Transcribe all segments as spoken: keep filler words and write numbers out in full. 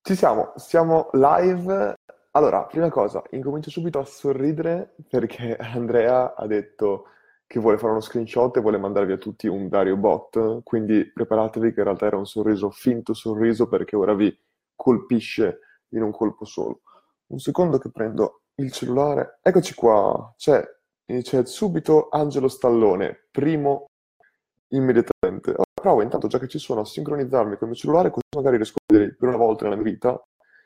Ci siamo, siamo live. Allora, prima cosa, incomincio subito a sorridere perché Andrea ha detto che vuole fare uno screenshot e vuole mandarvi a tutti un Dario bot, quindi preparatevi che in realtà era un sorriso, finto sorriso perché ora vi colpisce in un colpo solo. Un secondo che prendo il cellulare. Eccoci qua, c'è, c'è subito Angelo Stallone, primo immediatamente. Allora, provo intanto, già che ci sono, a sincronizzarmi con il mio cellulare, così magari riesco a vedere per una volta nella mia vita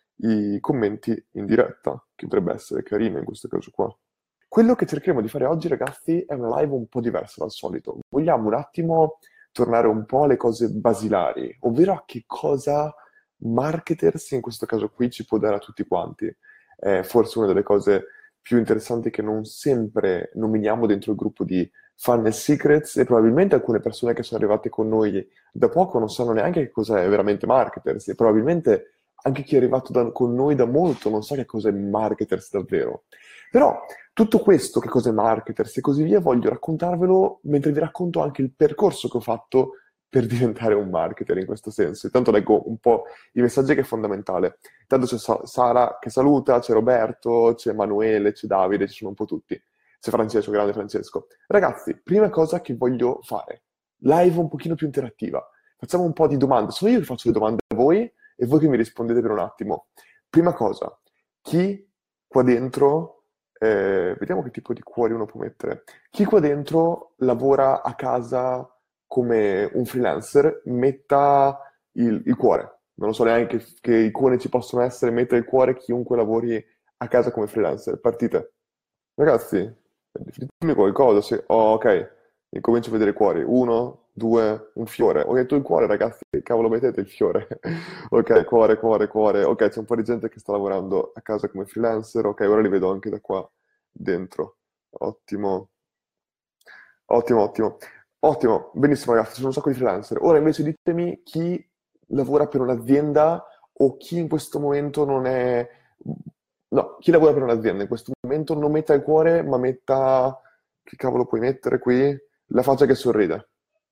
i commenti in diretta, che potrebbe essere carino in questo caso qua. Quello che cercheremo di fare oggi, ragazzi, è una live un po' diversa dal solito. Vogliamo un attimo tornare un po' alle cose basilari, ovvero a che cosa marketers in questo caso qui ci può dare a tutti quanti. È forse una delle cose più interessanti che non sempre nominiamo dentro il gruppo di Funnel Secrets, e probabilmente alcune persone che sono arrivate con noi da poco non sanno neanche che cos'è veramente marketers, e probabilmente anche chi è arrivato da- con noi da molto non sa che cos'è marketers davvero. Però tutto questo, che cos'è marketers e così via, voglio raccontarvelo mentre vi racconto anche il percorso che ho fatto per diventare un marketer in questo senso. Intanto leggo un po' i messaggi, che è fondamentale. Intanto c'è Sa- Sara che saluta, c'è Roberto, c'è Emanuele, c'è Davide, ci sono un po' tutti. C'è Francesco, grande Francesco. Ragazzi, prima cosa che voglio fare, live un pochino più interattiva. Facciamo un po' di domande. Sono io che faccio le domande a voi e voi che mi rispondete per un attimo. Prima cosa, chi qua dentro, eh, vediamo che tipo di cuori uno può mettere. Chi qua dentro lavora a casa come un freelancer, metta il, il cuore. Non lo so neanche che, che icone ci possono essere, metta il cuore chiunque lavori a casa come freelancer. Partite. Ragazzi, ditemi qualcosa. Se... Oh, ok, incomincio a vedere i cuori. Uno, due, un fiore. Ho detto il cuore, ragazzi, che cavolo mettete il fiore? Ok, cuore, cuore, cuore. Ok, c'è un po' di gente che sta lavorando a casa come freelancer. Ok, ora li vedo anche da qua dentro. Ottimo, ottimo, ottimo. Ottimo, benissimo ragazzi, ci sono un sacco di freelancer. Ora invece ditemi chi lavora per un'azienda o chi in questo momento non è... No, chi lavora per un'azienda in questo momento non metta il cuore, ma metta... Che cavolo puoi mettere qui? La faccia che sorride.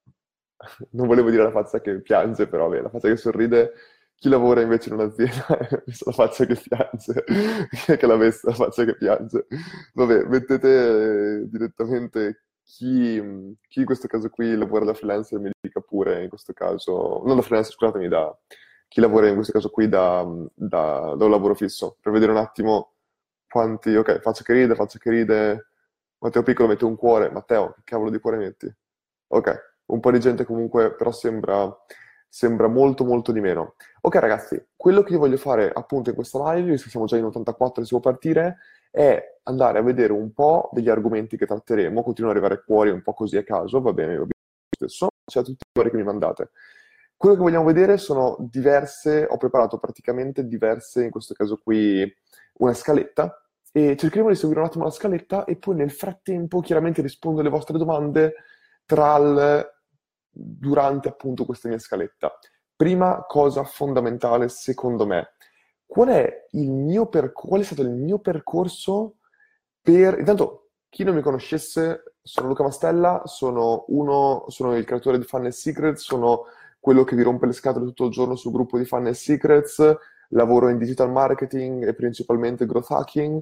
Non volevo dire la faccia che piange, però vabbè, la faccia che sorride. Chi lavora invece in un'azienda ha messo la faccia che piange. Chi è che l'ha messa la faccia che piange? Vabbè, mettete eh, direttamente chi, chi in questo caso qui lavora da freelancer, mi dica pure in questo caso, non da freelancer, scusatemi, da chi lavora in questo caso qui da, da- da un lavoro fisso, per vedere un attimo quanti, ok, faccia che ride, faccia che ride, Matteo Piccolo mette un cuore, Matteo, che cavolo di cuore metti? Ok, un po' di gente comunque, però sembra, sembra molto molto di meno. Ok ragazzi, quello che io voglio fare appunto in questa live, visto che siamo già in ottantaquattro e si può partire, è andare a vedere un po' degli argomenti che tratteremo, continuano ad arrivare cuori un po' così a caso, va bene, lo stesso, c'è tutti i cuori che mi mandate. Quello che vogliamo vedere sono diverse, ho preparato praticamente diverse, in questo caso qui, una scaletta, e cercheremo di seguire un attimo la scaletta e poi nel frattempo chiaramente rispondo alle vostre domande tra il, durante appunto questa mia scaletta. Prima cosa fondamentale secondo me, qual è il mio per- qual è stato il mio percorso per... Intanto, chi non mi conoscesse, sono Luca Mastella, sono uno, sono il creatore di Funnel Secrets, sono quello che vi rompe le scatole tutto il giorno sul gruppo di Funnel Secrets, lavoro in digital marketing e principalmente growth hacking,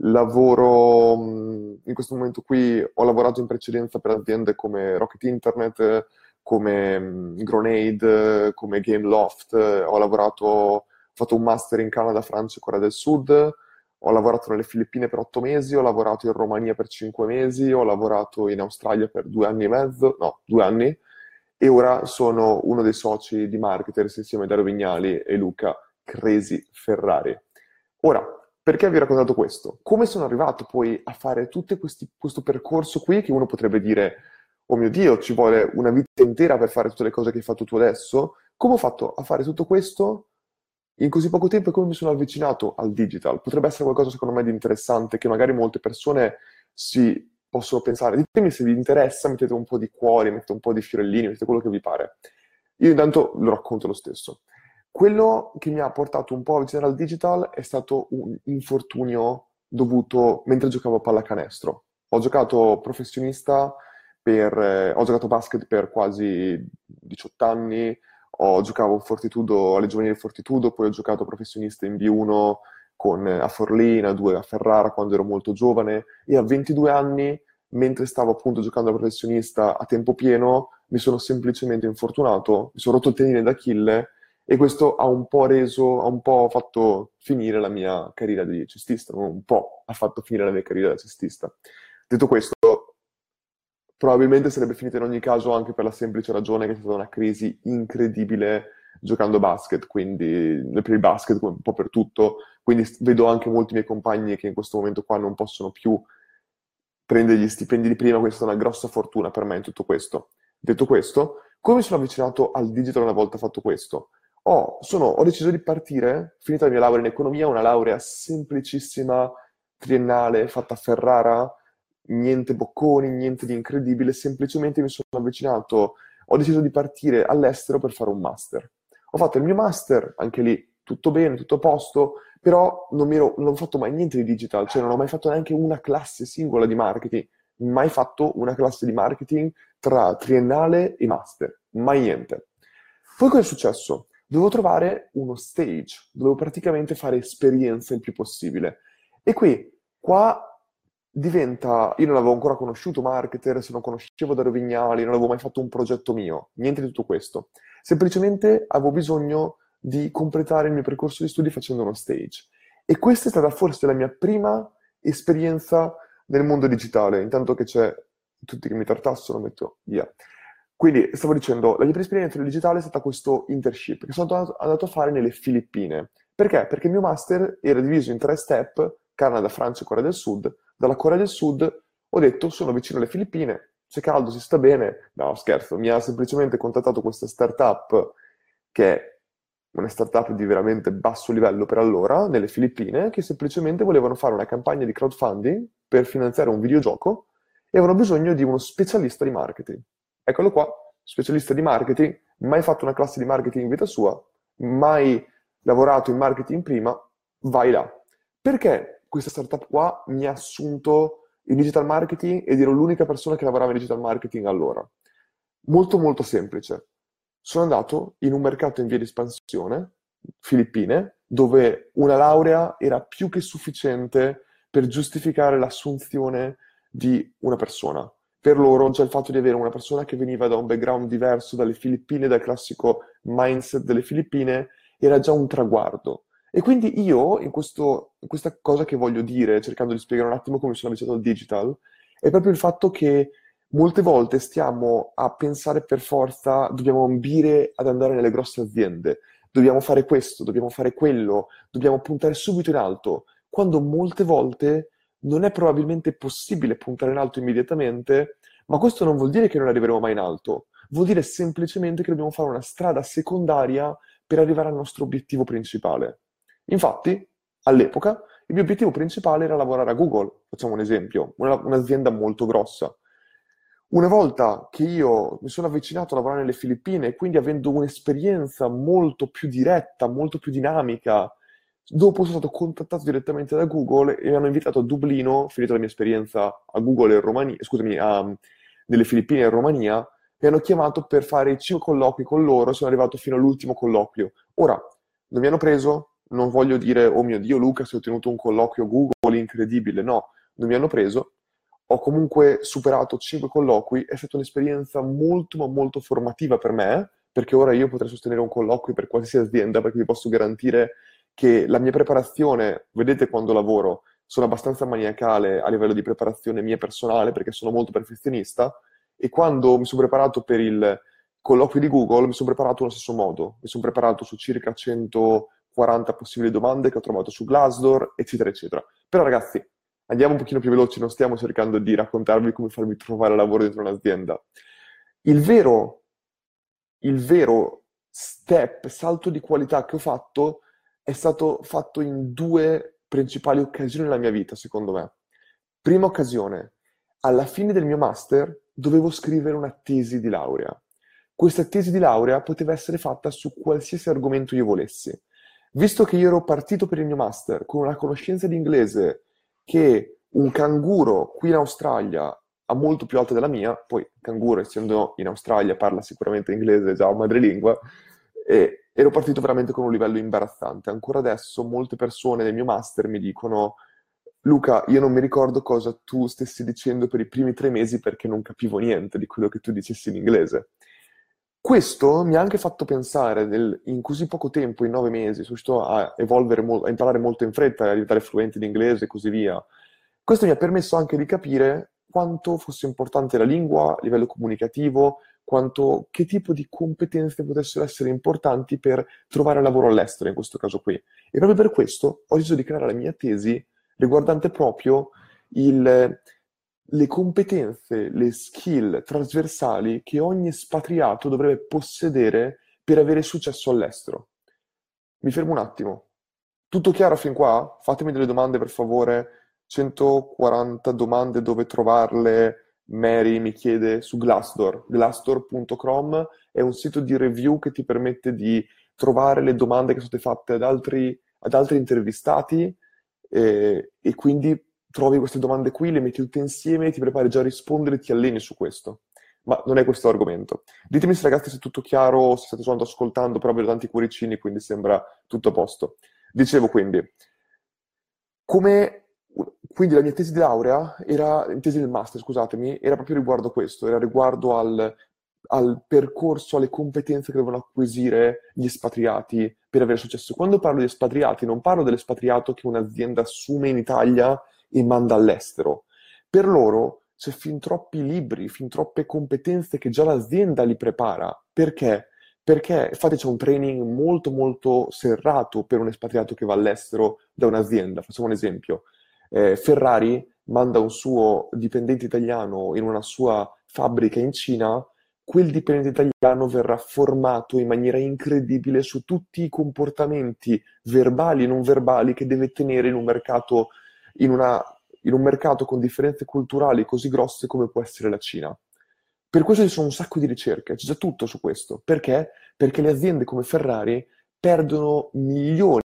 lavoro mh, in questo momento qui, ho lavorato in precedenza per aziende come Rocket Internet, come mh, Grenade, come Gameloft, ho lavorato, ho fatto un master in Canada, Francia e Corea del Sud, ho lavorato nelle Filippine per otto mesi, ho lavorato in Romania per cinque mesi, ho lavorato in Australia per due anni e mezzo, no, due anni, e ora sono uno dei soci di Marketers insieme a Dario Vignali e Luca Cresi Ferrari. Ora, perché vi ho raccontato questo? Come sono arrivato poi a fare tutto questi- questo percorso qui che uno potrebbe dire, oh mio Dio, ci vuole una vita intera per fare tutte le cose che hai fatto tu adesso? Come ho fatto a fare tutto questo in così poco tempo e come mi sono avvicinato al digital? Potrebbe essere qualcosa secondo me di interessante che magari molte persone si possono pensare. Ditemi se vi interessa, mettete un po' di cuori, mettete un po' di fiorellini, mettete quello che vi pare. Io intanto lo racconto lo stesso. Quello che mi ha portato un po' a avvicinare al digital è stato un infortunio dovuto mentre giocavo a pallacanestro. Ho giocato professionista per, eh, ho giocato a basket per quasi diciotto anni, ho giocato a Fortitudo, alle giovanili del Fortitudo, poi ho giocato professionista in B uno con, a Forlì, a due a Ferrara quando ero molto giovane, e a ventidue anni, mentre stavo appunto giocando da professionista a tempo pieno, mi sono semplicemente infortunato, mi sono rotto il tendine d'Achille e questo ha un po' reso, ha un po' fatto finire la mia carriera di cestista, non un po' ha fatto finire la mia carriera da cestista. Detto questo, probabilmente sarebbe finita in ogni caso anche per la semplice ragione che è stata una crisi incredibile giocando a basket, quindi per il basket come un po' per tutto, quindi vedo anche molti miei compagni che in questo momento qua non possono più prendere gli stipendi di prima, questa è una grossa fortuna per me in tutto questo. Detto questo, come mi sono avvicinato al digital una volta fatto questo? Ho, sono- ho deciso di partire, finita la mia laurea in economia, una laurea semplicissima, triennale, fatta a Ferrara, niente bocconi, niente di incredibile, semplicemente mi sono avvicinato, ho deciso di partire all'estero per fare un master. Ho fatto il mio master, anche lì tutto bene, tutto a posto, però non, mi ero- non ho fatto mai niente di digital, cioè non ho mai fatto neanche una classe singola di marketing, mai fatto una classe di marketing tra triennale e master, mai niente. Poi cosa è successo? Dovevo trovare uno stage, dovevo praticamente fare esperienza il più possibile. E qui, qua diventa, io non avevo ancora conosciuto marketer, se non conoscevo Dario Vignali, non avevo mai fatto un progetto mio, niente di tutto questo. Semplicemente avevo bisogno di completare il mio percorso di studi facendo uno stage. E questa è stata forse la mia prima esperienza nel mondo digitale, intanto che c'è tutti che mi tartassero, metto via. Quindi stavo dicendo, la mia prima esperienza nel digitale è stata questo internship che sono andato andato a fare nelle Filippine. Perché? Perché il mio master era diviso in tre step, Canada, Francia e Corea del Sud. Dalla Corea del Sud ho detto, sono vicino alle Filippine, c'è caldo, si sta bene. No, scherzo, mi ha semplicemente contattato questa startup che è una startup di veramente basso livello per allora, nelle Filippine, che semplicemente volevano fare una campagna di crowdfunding per finanziare un videogioco e avevano bisogno di uno specialista di marketing. Eccolo qua, specialista di marketing, mai fatto una classe di marketing in vita sua, mai lavorato in marketing prima, vai là. Perché questa startup qua mi ha assunto in digital marketing ed ero l'unica persona che lavorava in digital marketing allora? Molto molto semplice. Sono andato in un mercato in via di espansione, Filippine, dove una laurea era più che sufficiente per giustificare l'assunzione di una persona. Per loro già il fatto di avere una persona che veniva da un background diverso dalle Filippine, dal classico mindset delle Filippine, era già un traguardo. E quindi io, in questo, in questa cosa che voglio dire, cercando di spiegare un attimo come sono avvicinato al digital, è proprio il fatto che molte volte stiamo a pensare per forza, dobbiamo ambire ad andare nelle grosse aziende, dobbiamo fare questo, dobbiamo fare quello, dobbiamo puntare subito in alto, quando molte volte non è probabilmente possibile puntare in alto immediatamente, ma questo non vuol dire che non arriveremo mai in alto, vuol dire semplicemente che dobbiamo fare una strada secondaria per arrivare al nostro obiettivo principale. Infatti, all'epoca, il mio obiettivo principale era lavorare a Google, facciamo un esempio, una- un'azienda molto grossa. Una volta che io mi sono avvicinato a lavorare nelle Filippine, quindi avendo un'esperienza molto più diretta, molto più dinamica, dopo sono stato contattato direttamente da Google e mi hanno invitato a Dublino, finita la mia esperienza a Google in Romania, scusami, a- nelle Filippine e in Romania, mi hanno chiamato per fare i cinque colloqui con loro, sono arrivato fino all'ultimo colloquio. Ora, non mi hanno preso, non voglio dire, oh mio Dio, Luca, sei ottenuto un colloquio Google incredibile, no, non mi hanno preso. Ho comunque superato cinque colloqui, è stata un'esperienza molto ma molto formativa per me, perché ora io potrei sostenere un colloquio per qualsiasi azienda, perché vi posso garantire che la mia preparazione, vedete quando lavoro, sono abbastanza maniacale a livello di preparazione mia personale, perché sono molto perfezionista, e quando mi sono preparato per il colloquio di Google, mi sono preparato allo stesso modo. Mi sono preparato su circa centoquaranta possibili domande che ho trovato su Glassdoor, eccetera, eccetera. Però ragazzi, andiamo un pochino più veloci, non stiamo cercando di raccontarvi come farvi trovare lavoro dentro un'azienda. Il vero, il vero step, salto di qualità che ho fatto è stato fatto in due principali occasioni nella mia vita, secondo me. Prima occasione, alla fine del mio master dovevo scrivere una tesi di laurea. Questa tesi di laurea poteva essere fatta su qualsiasi argomento io volessi. Visto che io ero partito per il mio master con una conoscenza di inglese che un canguro qui in Australia ha molto più alta della mia, poi il canguro essendo in Australia parla sicuramente inglese già madrelingua, E ero partito veramente con un livello imbarazzante. Ancora adesso molte persone del mio master mi dicono: Luca, io non mi ricordo cosa tu stessi dicendo per i primi tre mesi perché non capivo niente di quello che tu dicessi in inglese. Questo mi ha anche fatto pensare, nel- in così poco tempo, in nove mesi, sono riuscito a evolvere, mol- a imparare molto in fretta, a diventare fluente in inglese e così via. Questo mi ha permesso anche di capire quanto fosse importante la lingua a livello comunicativo, quanto, che tipo di competenze potessero essere importanti per trovare lavoro all'estero, in questo caso qui. E proprio per questo ho deciso di creare la mia tesi riguardante proprio il- le competenze, le skill trasversali che ogni espatriato dovrebbe possedere per avere successo all'estero. Mi fermo un attimo. Tutto chiaro fin qua? Fatemi delle domande per favore. centoquaranta domande dove trovarle. Mary mi chiede su Glassdoor. glassdoor punto com è un sito di review che ti permette di trovare le domande che sono state fatte ad altri, ad altri intervistati eh, e quindi trovi queste domande qui, le metti tutte insieme, ti prepari già a rispondere e ti alleni su questo. Ma non è questo l'argomento. Ditemi se ragazzi se è tutto chiaro, se state soltanto ascoltando, però vedo tanti cuoricini, quindi sembra tutto a posto. Dicevo quindi, come, quindi la mia tesi di laurea era, tesi del master, scusatemi, era proprio riguardo a questo, era riguardo al, al percorso, alle competenze che devono acquisire gli espatriati per avere successo. Quando parlo di espatriati, non parlo dell'espatriato che un'azienda assume in Italia e manda all'estero. Per loro c'è fin troppi libri, fin troppe competenze che già l'azienda li prepara. Perché? Perché infatti c'è un training molto molto serrato per un espatriato che va all'estero da un'azienda. Facciamo un esempio. Eh, Ferrari manda un suo dipendente italiano in una sua fabbrica in Cina, quel dipendente italiano verrà formato in maniera incredibile su tutti i comportamenti verbali e non verbali che deve tenere in un mercato, in una, in un mercato con differenze culturali così grosse come può essere la Cina. Per questo ci sono un sacco di ricerche, c'è già tutto su questo. Perché? Perché le aziende come Ferrari perdono milioni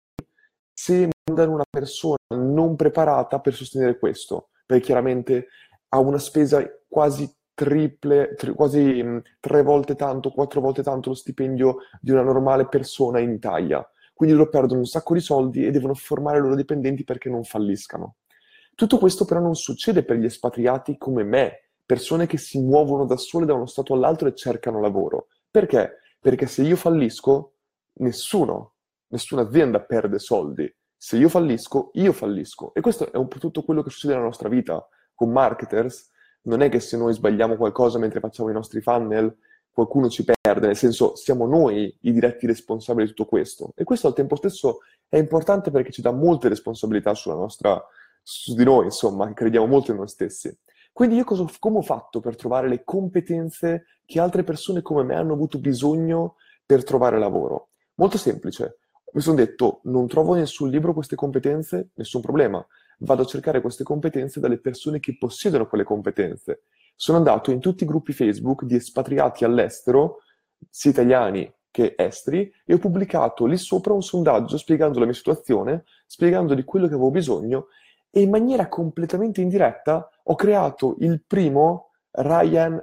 se mandano una persona non preparata per sostenere questo, perché chiaramente ha una spesa quasi triple, tri- quasi mh, tre volte tanto, quattro volte tanto lo stipendio di una normale persona in Italia. Quindi loro perdono un sacco di soldi e devono formare i loro dipendenti perché non falliscano. Tutto questo però non succede per gli espatriati come me, persone che si muovono da sole da uno stato all'altro e cercano lavoro. Perché? Perché se io fallisco, nessuno, nessuna azienda perde soldi. Se io fallisco, io fallisco. E questo è un po' tutto quello che succede nella nostra vita. Con marketers, non è che se noi sbagliamo qualcosa mentre facciamo i nostri funnel, qualcuno ci perde, nel senso siamo noi i diretti responsabili di tutto questo. E questo al tempo stesso è importante perché ci dà molte responsabilità sulla nostra, su di noi, insomma, che crediamo molto in noi stessi. Quindi io cosa, come ho fatto per trovare le competenze che altre persone come me hanno avuto bisogno per trovare lavoro? Molto semplice. Mi sono detto, non trovo nessun libro queste competenze, nessun problema. Vado a cercare queste competenze dalle persone che possiedono quelle competenze. Sono andato in tutti i gruppi Facebook di espatriati all'estero, sia italiani che esteri, e ho pubblicato lì sopra un sondaggio spiegando la mia situazione, spiegando di quello che avevo bisogno, e in maniera completamente indiretta ho creato il primo Ryan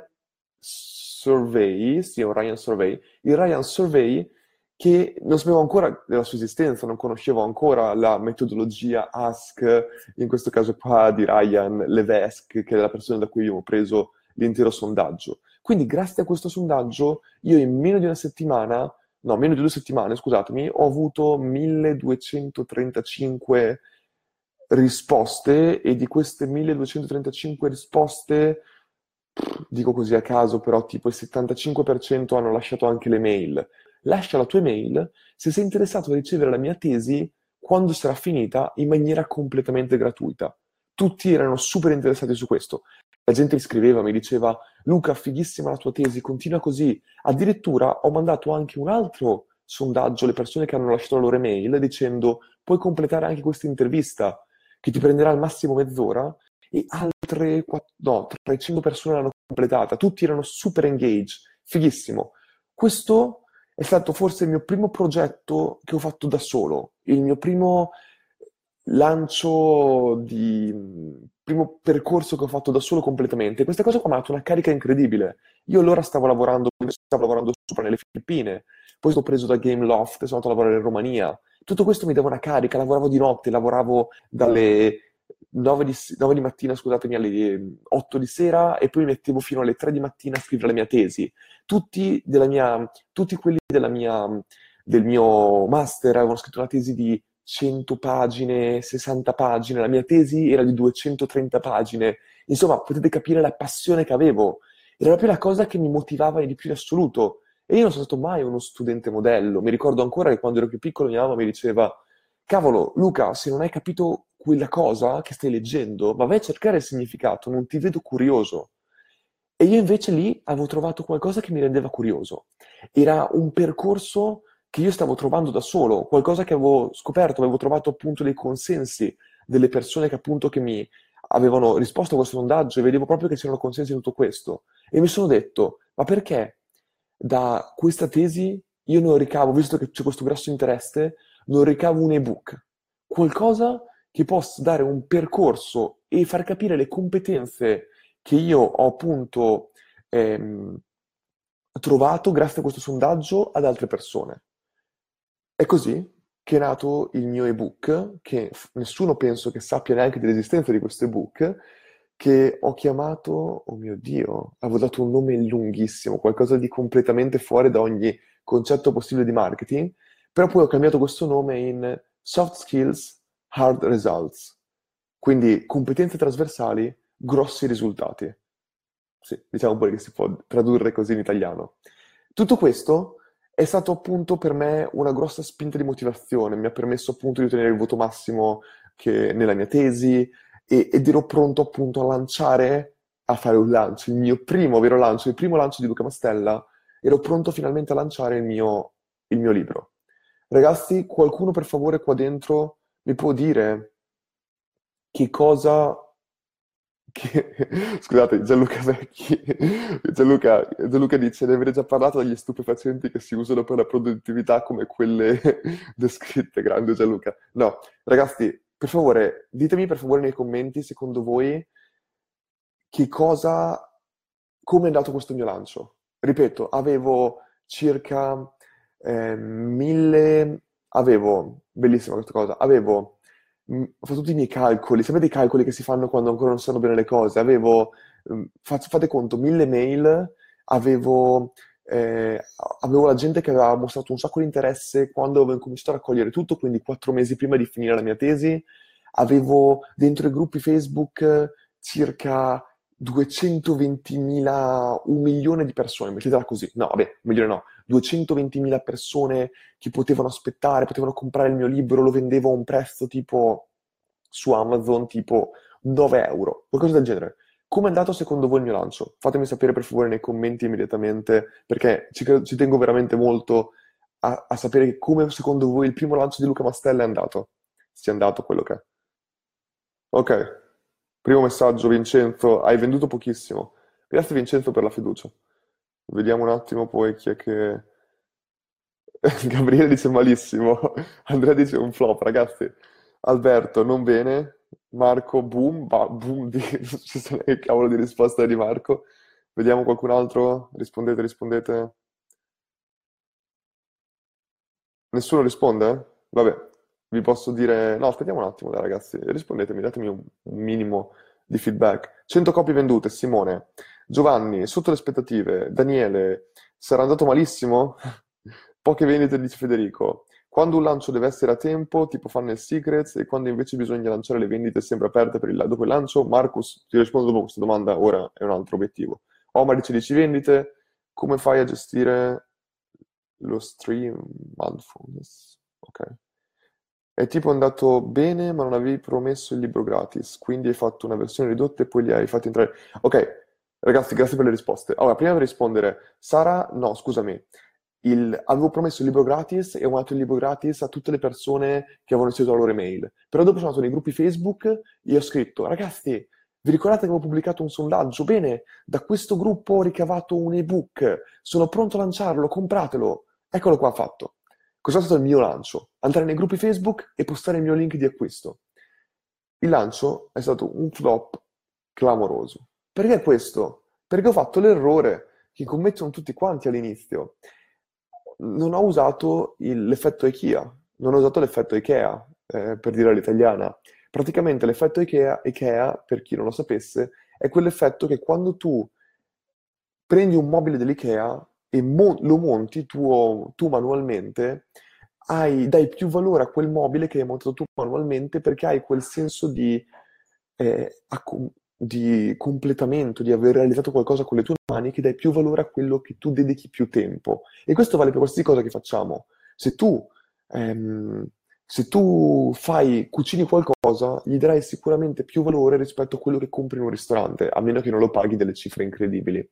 Survey, sì, un Ryan Survey, il Ryan Survey che non sapevo ancora della sua esistenza, non conoscevo ancora la metodologia Ask, in questo caso qua di Ryan Levesque, che è la persona da cui io ho preso l'intero sondaggio. Quindi grazie a questo sondaggio io in meno di una settimana, no, meno di due settimane, scusatemi, ho avuto milleduecentotrentacinque risposte e di queste milleduecentotrentacinque risposte, dico così a caso, però tipo il settantacinque per cento hanno lasciato anche le mail. Lascia la tua email se sei interessato a ricevere la mia tesi quando sarà finita in maniera completamente gratuita. Tutti erano super interessati su questo. La gente mi scriveva, mi diceva: Luca, fighissima la tua tesi, continua così. Addirittura ho mandato anche un altro sondaggio alle persone che hanno lasciato la loro email dicendo: puoi completare anche questa intervista che ti prenderà al massimo mezz'ora, e altre quattro, no, trecento persone l'hanno completata. Tutti erano super engaged, fighissimo. Questo è stato forse il mio primo progetto che ho fatto da solo, il mio primo lancio di primo percorso che ho fatto da solo completamente. Questa cosa qua mi ha dato una carica incredibile. Io allora stavo lavorando, stavo lavorando sopra nelle Filippine, poi sono preso da Gameloft, sono andato a lavorare in Romania. Tutto questo mi dava una carica, lavoravo di notte, lavoravo dalle nove di, nove di mattina, scusatemi, alle otto di sera e poi mi mettevo fino alle tre di mattina a scrivere la mia tesi. Tutti, della mia, tutti quelli della mia, del mio master avevano scritto una tesi di cento pagine, sessanta pagine, la mia tesi era di duecentotrenta pagine. Insomma, potete capire la passione che avevo. Era proprio la cosa che mi motivava di più in assoluto. E io non sono stato mai uno studente modello. Mi ricordo ancora che quando ero più piccolo mia mamma mi diceva: cavolo, Luca, se non hai capito quella cosa che stai leggendo, ma vai a cercare il significato, non ti vedo curioso. E io invece lì avevo trovato qualcosa che mi rendeva curioso. Era un percorso che io stavo trovando da solo, qualcosa che avevo scoperto, avevo trovato appunto dei consensi delle persone che appunto che mi avevano risposto a questo sondaggio e vedevo proprio che c'erano consensi in tutto questo. E mi sono detto, ma perché da questa tesi io non ricavo, visto che c'è questo grosso interesse, non ricavo un ebook, qualcosa che possa dare un percorso e far capire le competenze che io ho appunto ehm, trovato grazie a questo sondaggio ad altre persone. È così che è nato il mio ebook, che f- nessuno penso che sappia neanche dell'esistenza di questo ebook, che ho chiamato, oh mio Dio, avevo dato un nome lunghissimo, qualcosa di completamente fuori da ogni concetto possibile di marketing, però poi ho cambiato questo nome in Soft Skills, Hard Results, quindi competenze trasversali, grossi risultati. Sì, diciamo pure che si può tradurre così in italiano. Tutto questo è stato appunto per me una grossa spinta di motivazione, mi ha permesso appunto di ottenere il voto massimo che nella mia tesi e- ed ero pronto appunto a lanciare, a fare un lancio, il mio primo vero lancio, il primo lancio di Luca Mastella, ero pronto finalmente a lanciare il mio, il mio libro. Ragazzi, qualcuno per favore qua dentro mi può dire che cosa che- Scusate, Gianluca Vecchi, Gianluca, Gianluca dice di aver già parlato degli stupefacenti che si usano per la produttività come quelle descritte, grande Gianluca. No, ragazzi, per favore, ditemi per favore nei commenti, secondo voi, che cosa, come è andato questo mio lancio. Ripeto, avevo circa eh, mille, avevo, bellissima questa cosa, avevo mh, ho fatto tutti i miei calcoli, sapete i calcoli che si fanno quando ancora non si sanno bene le cose? Avevo, mh, fa- fate conto, mille mail, avevo, eh, avevo la gente che aveva mostrato un sacco di interesse quando avevo incominciato a raccogliere tutto, quindi quattro mesi prima di finire la mia tesi, avevo dentro i gruppi Facebook eh, circa duecentoventimila, un milione di persone, mettetela così, no, vabbè, un milione no, duecentoventimila persone che potevano aspettare, potevano comprare il mio libro, lo vendevo a un prezzo tipo su Amazon, tipo nove euro, qualcosa del genere. Come è andato secondo voi il mio lancio? Fatemi sapere per favore nei commenti immediatamente, perché ci, cre- ci tengo veramente molto a, a sapere come secondo voi il primo lancio di Luca Mastella è andato. Se è andato quello che è. Ok, primo messaggio, Vincenzo, hai venduto pochissimo. Grazie Vincenzo per la fiducia. Vediamo un attimo poi chi è che... Gabriele dice malissimo, Andrea dice un flop, ragazzi. Alberto, non bene. Marco, boom, ba- boom, di... non ci sono che cavolo di risposta di Marco. Vediamo qualcun altro? Rispondete, rispondete. Nessuno risponde? Vabbè, vi posso dire... No, aspettiamo un attimo, dai, ragazzi. Rispondetemi, datemi un, un minimo di feedback. cento copie vendute, Simone. Giovanni, sotto le aspettative. Daniele, sarà andato malissimo? Poche vendite, dice Federico. Quando un lancio deve essere a tempo, tipo Funnel Secrets, e quando invece bisogna lanciare le vendite sempre aperte per il, dopo il lancio, Marcus, ti rispondo dopo questa domanda, ora è un altro obiettivo. Omar dice dieci vendite, come fai a gestire lo stream mindfulness? Ok. È tipo andato bene, ma non avevi promesso il libro gratis, quindi hai fatto una versione ridotta e poi li hai fatti entrare. Ok, ragazzi, grazie per le risposte. Allora, prima di rispondere, Sara, no, scusami, il- avevo promesso il libro gratis e ho dato il libro gratis a tutte le persone che avevano inserito la loro email. Però dopo sono andato nei gruppi Facebook e ho scritto, ragazzi, vi ricordate che avevo pubblicato un sondaggio? Bene, da questo gruppo ho ricavato un ebook, sono pronto a lanciarlo, compratelo. Eccolo qua fatto. Cos'è stato il mio lancio? Andare nei gruppi Facebook e postare il mio link di acquisto. Il lancio è stato un flop clamoroso. Perché questo? Perché ho fatto l'errore che commettono tutti quanti all'inizio. non ho usato il- l'effetto IKEA, non ho usato l'effetto IKEA, eh, per dire all'italiana. Praticamente l'effetto IKEA, IKEA, per chi non lo sapesse, è quell'effetto che quando tu prendi un mobile dell'IKEA e mo- lo monti tu, tu manualmente, hai- dai più valore a quel mobile che hai montato tu manualmente perché hai quel senso di, eh, accu- di completamento, di aver realizzato qualcosa con le tue mani, che dai più valore a quello che tu dedichi più tempo. E questo vale per qualsiasi cosa che facciamo. Se tu, ehm, se tu fai, cucini qualcosa, gli darai sicuramente più valore rispetto a quello che compri in un ristorante, a meno che non lo paghi delle cifre incredibili.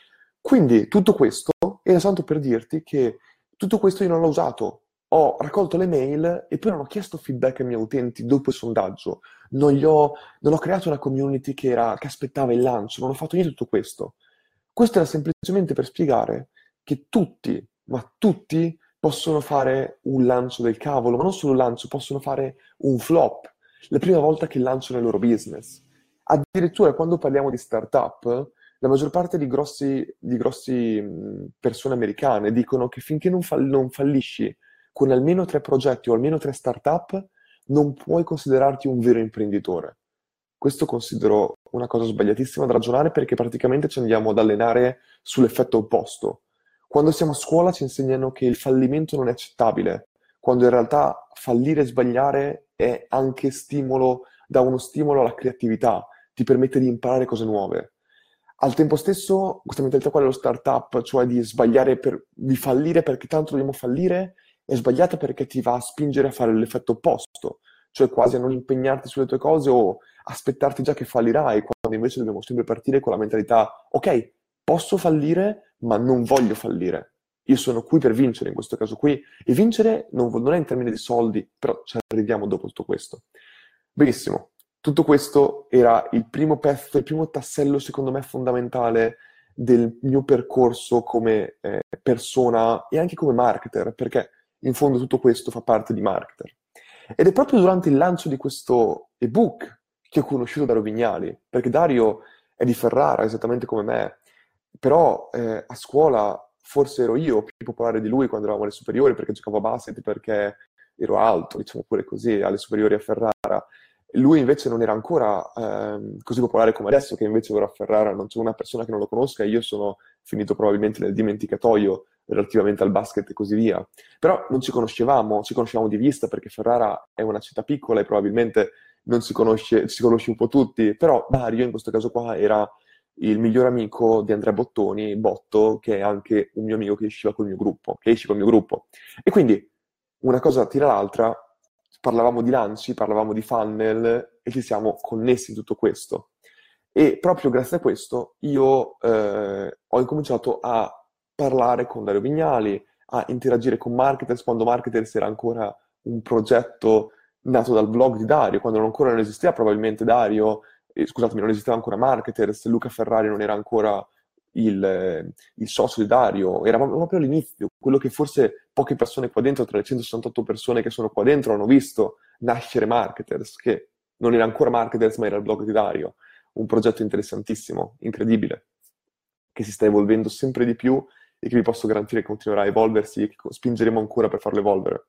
Quindi tutto questo era tanto per dirti che tutto questo io non l'ho usato. Ho raccolto le mail e poi non ho chiesto feedback ai miei utenti dopo il sondaggio. Non, gli ho, non ho creato una community che, era, che aspettava il lancio, non ho fatto niente di tutto questo. Questo era semplicemente per spiegare che tutti, ma tutti, possono fare un lancio del cavolo, ma non solo un lancio, possono fare un flop, la prima volta che lanciano il loro business. Addirittura quando parliamo di startup, la maggior parte di grossi, di grossi mh, persone americane dicono che finché non, fall- non fallisci con almeno tre progetti o almeno tre startup, non puoi considerarti un vero imprenditore. Questo considero una cosa sbagliatissima da ragionare perché praticamente ci andiamo ad allenare sull'effetto opposto. Quando siamo a scuola ci insegnano che il fallimento non è accettabile, quando in realtà fallire e sbagliare è anche stimolo, dà uno stimolo alla creatività, ti permette di imparare cose nuove. Al tempo stesso, questa mentalità qua dello startup, cioè di sbagliare per, di fallire perché tanto dobbiamo fallire, è sbagliata perché ti va a spingere a fare l'effetto opposto, cioè quasi a non impegnarti sulle tue cose o aspettarti già che fallirai, quando invece dobbiamo sempre partire con la mentalità, ok, posso fallire, ma non voglio fallire. Io sono qui per vincere in questo caso qui, e vincere non, non è in termini di soldi, però ci arriviamo dopo tutto questo. Benissimo. Tutto questo era il primo pezzo, il primo tassello, secondo me, fondamentale del mio percorso come eh, persona e anche come marketer, perché in fondo tutto questo fa parte di marketer. Ed è proprio durante il lancio di questo ebook che ho conosciuto Dario Vignali, perché Dario è di Ferrara, esattamente come me, però eh, a scuola forse ero io più popolare di lui quando eravamo alle superiori, perché giocavo a basket, perché ero alto, diciamo pure così, alle superiori a Ferrara. Lui invece non era ancora ehm, così popolare come adesso, che invece ora a Ferrara non c'è una persona che non lo conosca e io sono finito probabilmente nel dimenticatoio relativamente al basket e così via. Però non ci conoscevamo, ci conoscevamo di vista perché Ferrara è una città piccola e probabilmente non si conosce, si conosce un po' tutti, però Dario in questo caso qua era il miglior amico di Andrea Bottoni, Botto, che è anche un mio amico che usciva col mio gruppo, che esce col mio gruppo. E quindi una cosa tira l'altra, parlavamo di lanci, parlavamo di funnel e ci siamo connessi in tutto questo. E proprio grazie a questo io eh, ho incominciato a parlare con Dario Vignali, a interagire con Marketers quando Marketers era ancora un progetto nato dal blog di Dario, quando ancora non esisteva probabilmente Dario, eh, scusatemi, non esisteva ancora Marketers, Luca Ferrari non era ancora il, eh, il socio di Dario, eravamo proprio all'inizio, quello che forse poche persone qua dentro, tra le centosessantotto persone che sono qua dentro, hanno visto nascere Marketers, che non era ancora Marketers ma era il blog di Dario, un progetto interessantissimo, incredibile, che si sta evolvendo sempre di più e che vi posso garantire che continuerà a evolversi e che spingeremo ancora per farlo evolvere.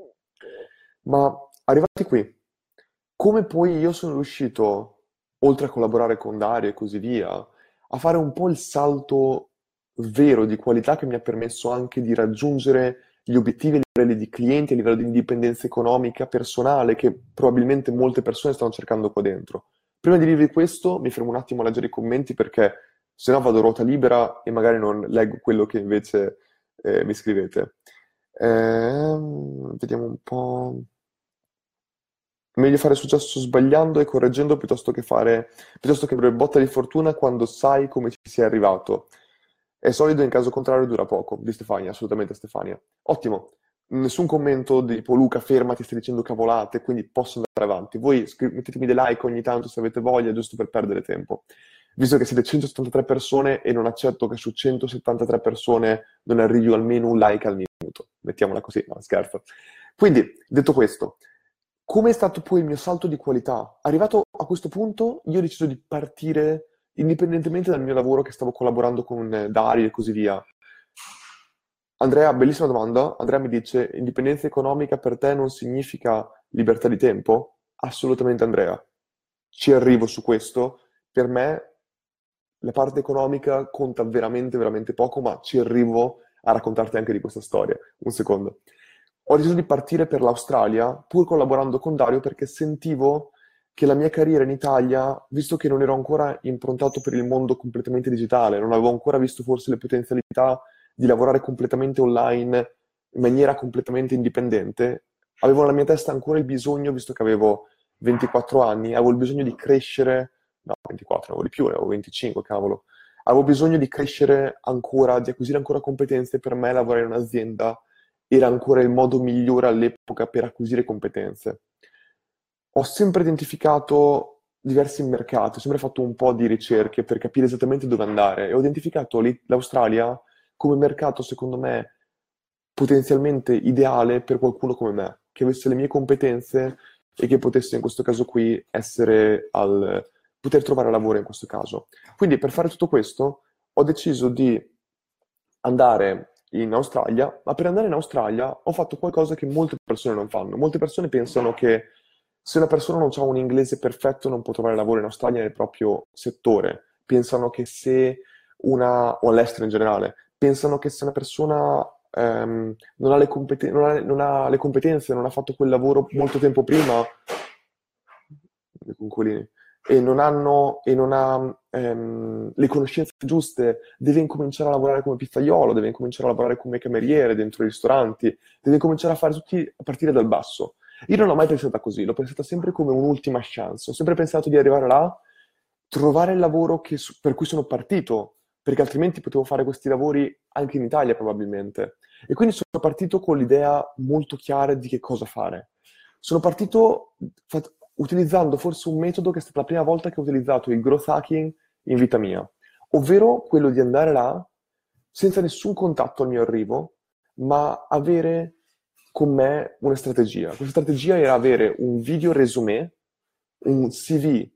Ma arrivati qui, come poi io sono riuscito, oltre a collaborare con Dario e così via, a fare un po' il salto vero di qualità che mi ha permesso anche di raggiungere gli obiettivi a livello di clienti, a livello di indipendenza economica, personale, che probabilmente molte persone stanno cercando qua dentro. Prima di dirvi questo, mi fermo un attimo a leggere i commenti perché sennò vado a ruota libera e magari non leggo quello che invece eh, mi scrivete. Ehm, vediamo un po'. Meglio fare successo sbagliando e correggendo piuttosto che fare, piuttosto che avere botta di fortuna quando sai come ci sei arrivato. È solido, in caso contrario dura poco, di Stefania, assolutamente Stefania. Ottimo. Nessun commento di tipo Luca, fermati, stai dicendo cavolate, quindi posso andare avanti. Voi scri- mettetemi dei like ogni tanto se avete voglia, giusto per perdere tempo. Visto che siete centosettantatré persone e non accetto che su centosettantatré persone non arrivi almeno un like al minuto. Mettiamola così, no, scherzo. Quindi, detto questo, come è stato poi il mio salto di qualità? Arrivato a questo punto, io ho deciso di partire indipendentemente dal mio lavoro che stavo collaborando con eh, Dario e così via. Andrea, bellissima domanda. Andrea mi dice, indipendenza economica per te non significa libertà di tempo? Assolutamente, Andrea. Ci arrivo su questo. Per me la parte economica conta veramente, veramente poco, ma ci arrivo a raccontarti anche di questa storia. Un secondo. Ho deciso di partire per l'Australia, pur collaborando con Dario, perché sentivo che la mia carriera in Italia, visto che non ero ancora improntato per il mondo completamente digitale, non avevo ancora visto forse le potenzialità di lavorare completamente online in maniera completamente indipendente, avevo nella mia testa ancora il bisogno, visto che avevo ventiquattro anni, avevo il bisogno di crescere, no, ventiquattro, ne avevo di più, ne avevo venticinque, cavolo, avevo bisogno di crescere ancora, di acquisire ancora competenze. Per me lavorare in un'azienda era ancora il modo migliore all'epoca per acquisire competenze. Ho sempre identificato diversi mercati, ho sempre fatto un po' di ricerche per capire esattamente dove andare e ho identificato lì- l'Australia come mercato, secondo me, potenzialmente ideale per qualcuno come me, che avesse le mie competenze e che potesse in questo caso qui essere al poter trovare lavoro in questo caso. Quindi per fare tutto questo ho deciso di andare in Australia, ma per andare in Australia ho fatto qualcosa che molte persone non fanno. Molte persone pensano che se una persona non ha un inglese perfetto non può trovare lavoro in Australia nel proprio settore. Pensano che se una, o all'estero in generale, pensano che se una persona ehm, non ha le competen- non ha- non ha le competenze, non ha fatto quel lavoro molto tempo prima, i conculini, e non hanno, e non ha ehm, le conoscenze giuste, deve incominciare a lavorare come pizzaiolo, deve incominciare a lavorare come cameriere dentro i ristoranti, deve cominciare a fare tutti a partire dal basso. Io non l'ho mai pensata così, l'ho pensata sempre come un'ultima chance. Ho sempre pensato di arrivare là, trovare il lavoro che- per cui sono partito, perché altrimenti potevo fare questi lavori anche in Italia probabilmente. E quindi sono partito con l'idea molto chiara di che cosa fare. Sono partito fa- utilizzando forse un metodo che è stata la prima volta che ho utilizzato il growth hacking in vita mia, ovvero quello di andare là senza nessun contatto al mio arrivo, ma avere con me una strategia. Questa strategia era avere un video resume, un C V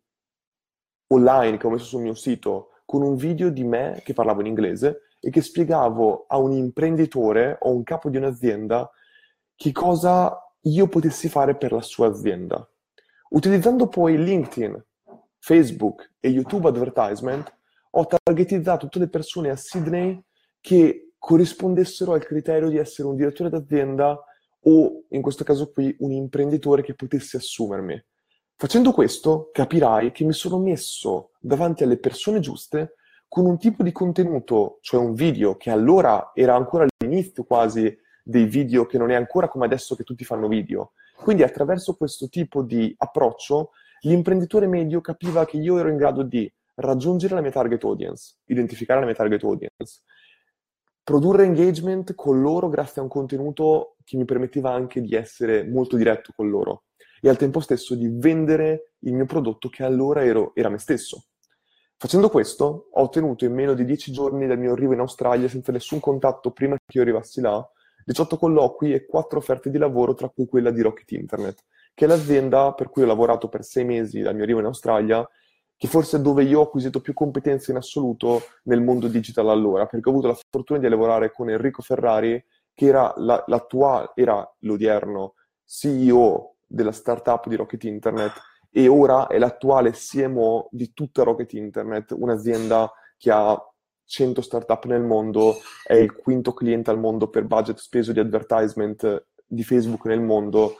online che ho messo sul mio sito con un video di me che parlavo in inglese e che spiegavo a un imprenditore o un capo di un'azienda che cosa io potessi fare per la sua azienda. Utilizzando poi LinkedIn, Facebook e YouTube Advertisement, ho targetizzato tutte le persone a Sydney che corrispondessero al criterio di essere un direttore d'azienda o, in questo caso qui, un imprenditore che potesse assumermi. Facendo questo, capirai che mi sono messo davanti alle persone giuste con un tipo di contenuto, cioè un video che allora era ancora all'inizio quasi dei video, che non è ancora come adesso che tutti fanno video. Quindi attraverso questo tipo di approccio, l'imprenditore medio capiva che io ero in grado di raggiungere la mia target audience, identificare la mia target audience, produrre engagement con loro grazie a un contenuto che mi permetteva anche di essere molto diretto con loro e al tempo stesso di vendere il mio prodotto che allora ero, era me stesso. Facendo questo, ho ottenuto in meno di dieci giorni dal mio arrivo in Australia, senza nessun contatto prima che io arrivassi là, diciotto colloqui e quattro offerte di lavoro, tra cui quella di Rocket Internet, che è l'azienda per cui ho lavorato per sei mesi dal mio arrivo in Australia, che forse è dove io ho acquisito più competenze in assoluto nel mondo digital allora, perché ho avuto la fortuna di lavorare con Enrico Ferrari, che era la- l'attuale, era l'odierno C E O della startup di Rocket Internet e ora è l'attuale C M O di tutta Rocket Internet, un'azienda che ha cento startup nel mondo, è il quinto cliente al mondo per budget speso di advertisement di Facebook nel mondo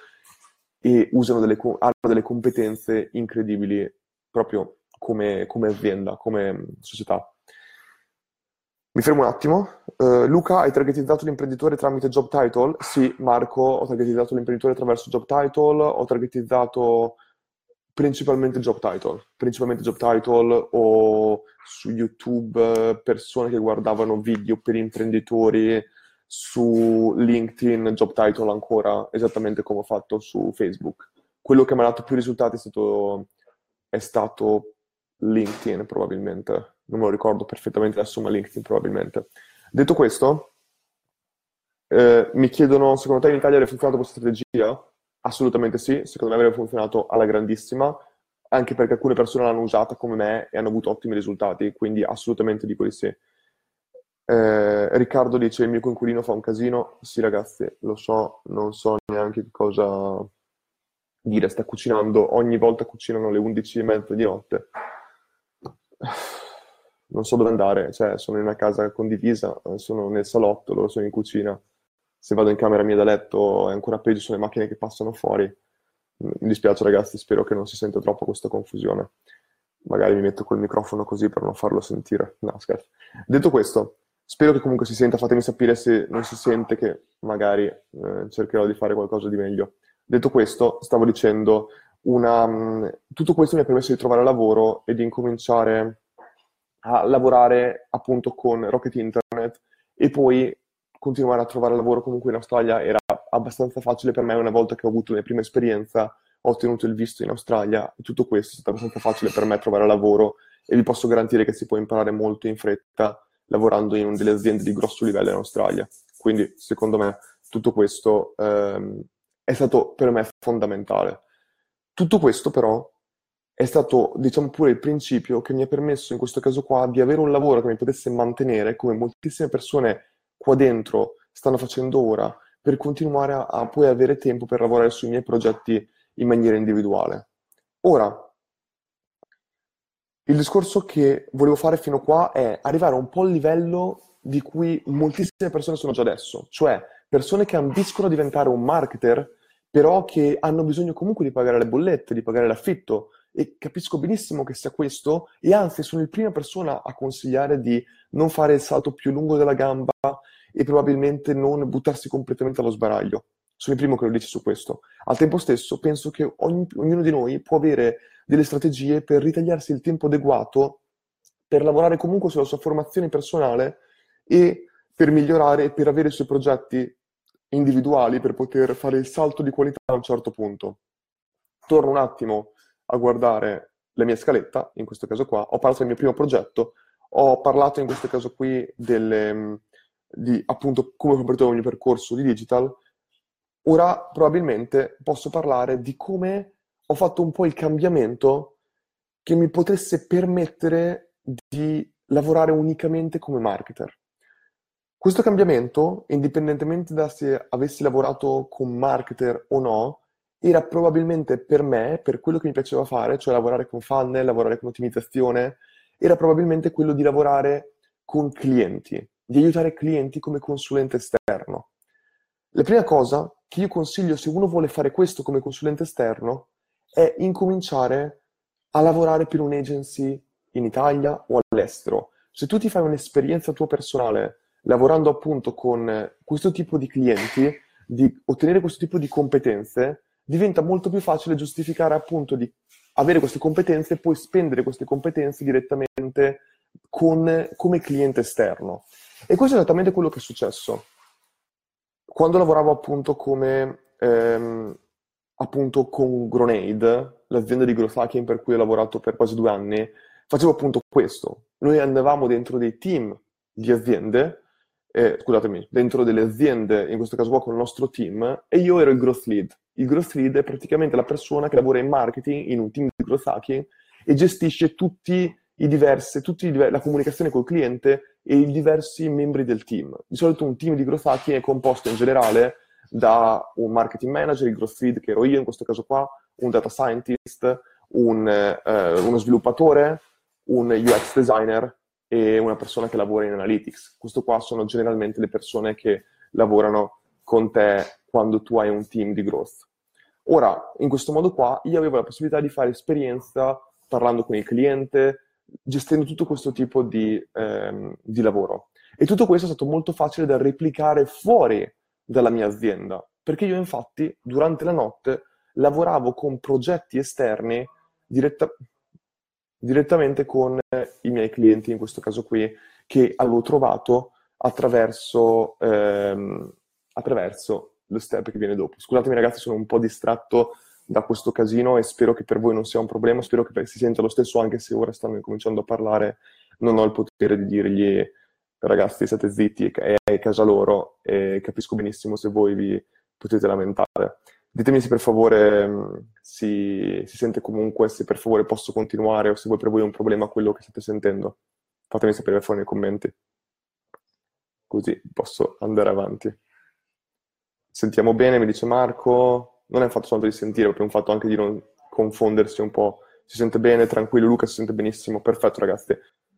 e usano delle, co- hanno delle competenze incredibili proprio come, come azienda, come società. Mi fermo un attimo. Eh, Luca, hai targetizzato l'imprenditore tramite job title? Sì, Marco, ho targetizzato l'imprenditore attraverso job title, ho targetizzato principalmente job title, principalmente job title o su YouTube eh, persone che guardavano video per imprenditori, su LinkedIn job title ancora, esattamente come ho fatto su Facebook. Quello che mi ha dato più risultati è stato, è stato LinkedIn probabilmente, non me lo ricordo perfettamente adesso, ma LinkedIn probabilmente. Detto questo, eh, mi chiedono, secondo te in Italia avrebbe funzionato questa strategia? Assolutamente sì, secondo me avrebbe funzionato alla grandissima, anche perché alcune persone l'hanno usata come me e hanno avuto ottimi risultati, quindi assolutamente dico di sì. Eh, Riccardo dice: il mio coinquilino fa un casino. Sì, ragazzi, lo so, non so neanche che cosa dire. Sta cucinando, ogni volta cucinano alle undici e mezza di notte. Non so dove andare, cioè sono in una casa condivisa, sono nel salotto, loro sono in cucina. Se vado in camera mia da letto è ancora peggio, sono le macchine che passano fuori. Mi dispiace ragazzi, spero che non si senta troppo questa confusione. Magari mi metto col microfono così per non farlo sentire. No, scherzo. Detto questo, spero che comunque si senta, fatemi sapere se non si sente, che magari eh, cercherò di fare qualcosa di meglio. Detto questo, stavo dicendo, una, mh, tutto questo mi ha permesso di trovare lavoro e di incominciare a lavorare appunto con Rocket Internet e poi continuare a trovare lavoro comunque in Australia era abbastanza facile per me una volta che ho avuto la mia prima esperienza, ho ottenuto il visto in Australia e tutto questo è stato abbastanza facile per me trovare lavoro e vi posso garantire che si può imparare molto in fretta lavorando in delle aziende di grosso livello in Australia. Quindi secondo me tutto questo ehm, è stato per me fondamentale. Tutto questo però è stato, diciamo, pure il principio che mi ha permesso in questo caso qua di avere un lavoro che mi potesse mantenere, come moltissime persone qua dentro stanno facendo ora, per continuare a, a poi avere tempo per lavorare sui miei progetti in maniera individuale. Ora, il discorso che volevo fare fino a qua è arrivare a un po' al livello di cui moltissime persone sono già adesso, cioè persone che ambiscono a diventare un marketer, però che hanno bisogno comunque di pagare le bollette, di pagare l'affitto, e capisco benissimo che sia questo, e anzi sono la prima persona a consigliare di non fare il salto più lungo della gamba e probabilmente non buttarsi completamente allo sbaraglio. Sono il primo che lo dice su questo. Al tempo stesso penso che ogni- ognuno di noi può avere delle strategie per ritagliarsi il tempo adeguato per lavorare comunque sulla sua formazione personale e per migliorare e per avere i suoi progetti individuali per poter fare il salto di qualità a un certo punto. Torno un attimo a guardare la mia scaletta, in questo caso qua, ho parlato del mio primo progetto, ho parlato in questo caso qui delle, di appunto come ho completato il mio percorso di digital. Ora probabilmente posso parlare di come ho fatto un po' il cambiamento che mi potesse permettere di lavorare unicamente come marketer. Questo cambiamento, indipendentemente da se avessi lavorato con marketer o no, era probabilmente per me, per quello che mi piaceva fare, cioè lavorare con funnel, lavorare con ottimizzazione, era probabilmente quello di lavorare con clienti, di aiutare clienti come consulente esterno. La prima cosa che io consiglio se uno vuole fare questo come consulente esterno è incominciare a lavorare per un'agency in Italia o all'estero. Se tu ti fai un'esperienza tua personale lavorando appunto con questo tipo di clienti, di ottenere questo tipo di competenze, diventa molto più facile giustificare appunto di avere queste competenze e poi spendere queste competenze direttamente con, come cliente esterno. E questo è esattamente quello che è successo. Quando lavoravo appunto come ehm, appunto con Grenade, l'azienda di growth hacking per cui ho lavorato per quasi due anni, facevo appunto questo. Noi andavamo dentro dei team di aziende, eh, scusatemi, dentro delle aziende, in questo caso qua con il nostro team, e io ero il growth lead. Il growth lead è praticamente la persona che lavora in marketing in un team di growth hacking e gestisce tutti i diversi, tutti i diver- la comunicazione col cliente e i diversi membri del team. Di solito un team di growth hacking è composto in generale da un marketing manager, il growth lead che ero io in questo caso qua, un data scientist, un, eh, uno sviluppatore, un U X designer e una persona che lavora in analytics. Questo qua sono generalmente le persone che lavorano con te quando tu hai un team di growth. Ora, in questo modo qua, io avevo la possibilità di fare esperienza parlando con il cliente, gestendo tutto questo tipo di, ehm, di lavoro. E tutto questo è stato molto facile da replicare fuori dalla mia azienda, perché io infatti durante la notte lavoravo con progetti esterni diretta- direttamente con i miei clienti, in questo caso qui, che avevo trovato attraverso, ehm, attraverso lo step che viene dopo. Scusatemi ragazzi, sono un po' distratto da questo casino e spero che per voi non sia un problema, spero che si senta lo stesso anche se ora stanno cominciando a parlare, non ho il potere di dirgli ragazzi state zitti, è a casa loro e capisco benissimo se voi vi potete lamentare. Ditemi se per favore mh, si, si sente comunque, se per favore posso continuare o se voi per voi è un problema quello che state sentendo. Fatemi sapere fuori nei commenti. così posso andare avanti. Sentiamo bene, mi dice Marco. Non è un fatto soltanto di sentire, è proprio un fatto anche di non confondersi un po'. Si sente bene, tranquillo, Luca si sente benissimo. Perfetto, ragazzi.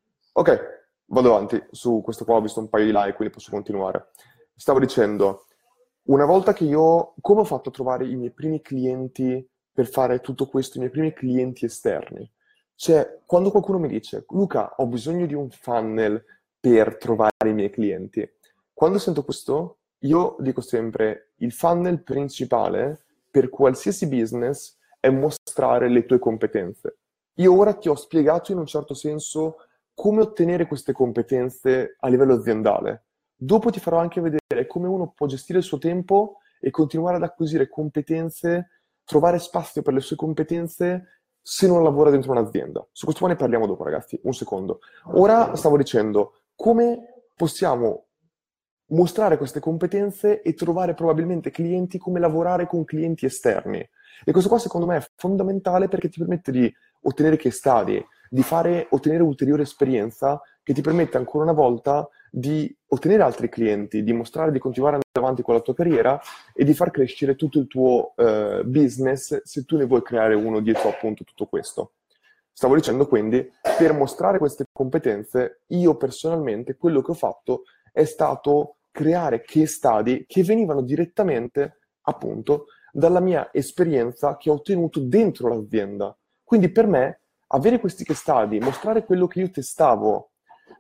Ok, vado avanti. Su questo qua ho visto un paio di like, quindi posso continuare. Stavo dicendo, una volta che io, come ho fatto a trovare i miei primi clienti per fare tutto questo, i miei primi clienti esterni? Cioè, quando qualcuno mi dice, Luca, ho bisogno di un funnel per trovare i miei clienti, quando sento questo, io dico sempre, il funnel principale per qualsiasi business è mostrare le tue competenze. Io ora ti ho spiegato in un certo senso come ottenere queste competenze a livello aziendale. Dopo ti farò anche vedere come uno può gestire il suo tempo e continuare ad acquisire competenze, trovare spazio per le sue competenze se non lavora dentro un'azienda. Su questo qua ne parliamo dopo, ragazzi. Un secondo. Ora stavo dicendo come possiamo mostrare queste competenze e trovare probabilmente clienti, come lavorare con clienti esterni. E questo qua secondo me è fondamentale perché ti permette di ottenere case study, di fare, ottenere ulteriore esperienza che ti permette ancora una volta di ottenere altri clienti, di mostrare di continuare ad andare avanti con la tua carriera e di far crescere tutto il tuo eh, business se tu ne vuoi creare uno dietro appunto tutto questo. Stavo dicendo quindi, per mostrare queste competenze, io personalmente quello che ho fatto è stato creare case study che venivano direttamente appunto dalla mia esperienza che ho ottenuto dentro l'azienda. Quindi per me avere questi case study, mostrare quello che io testavo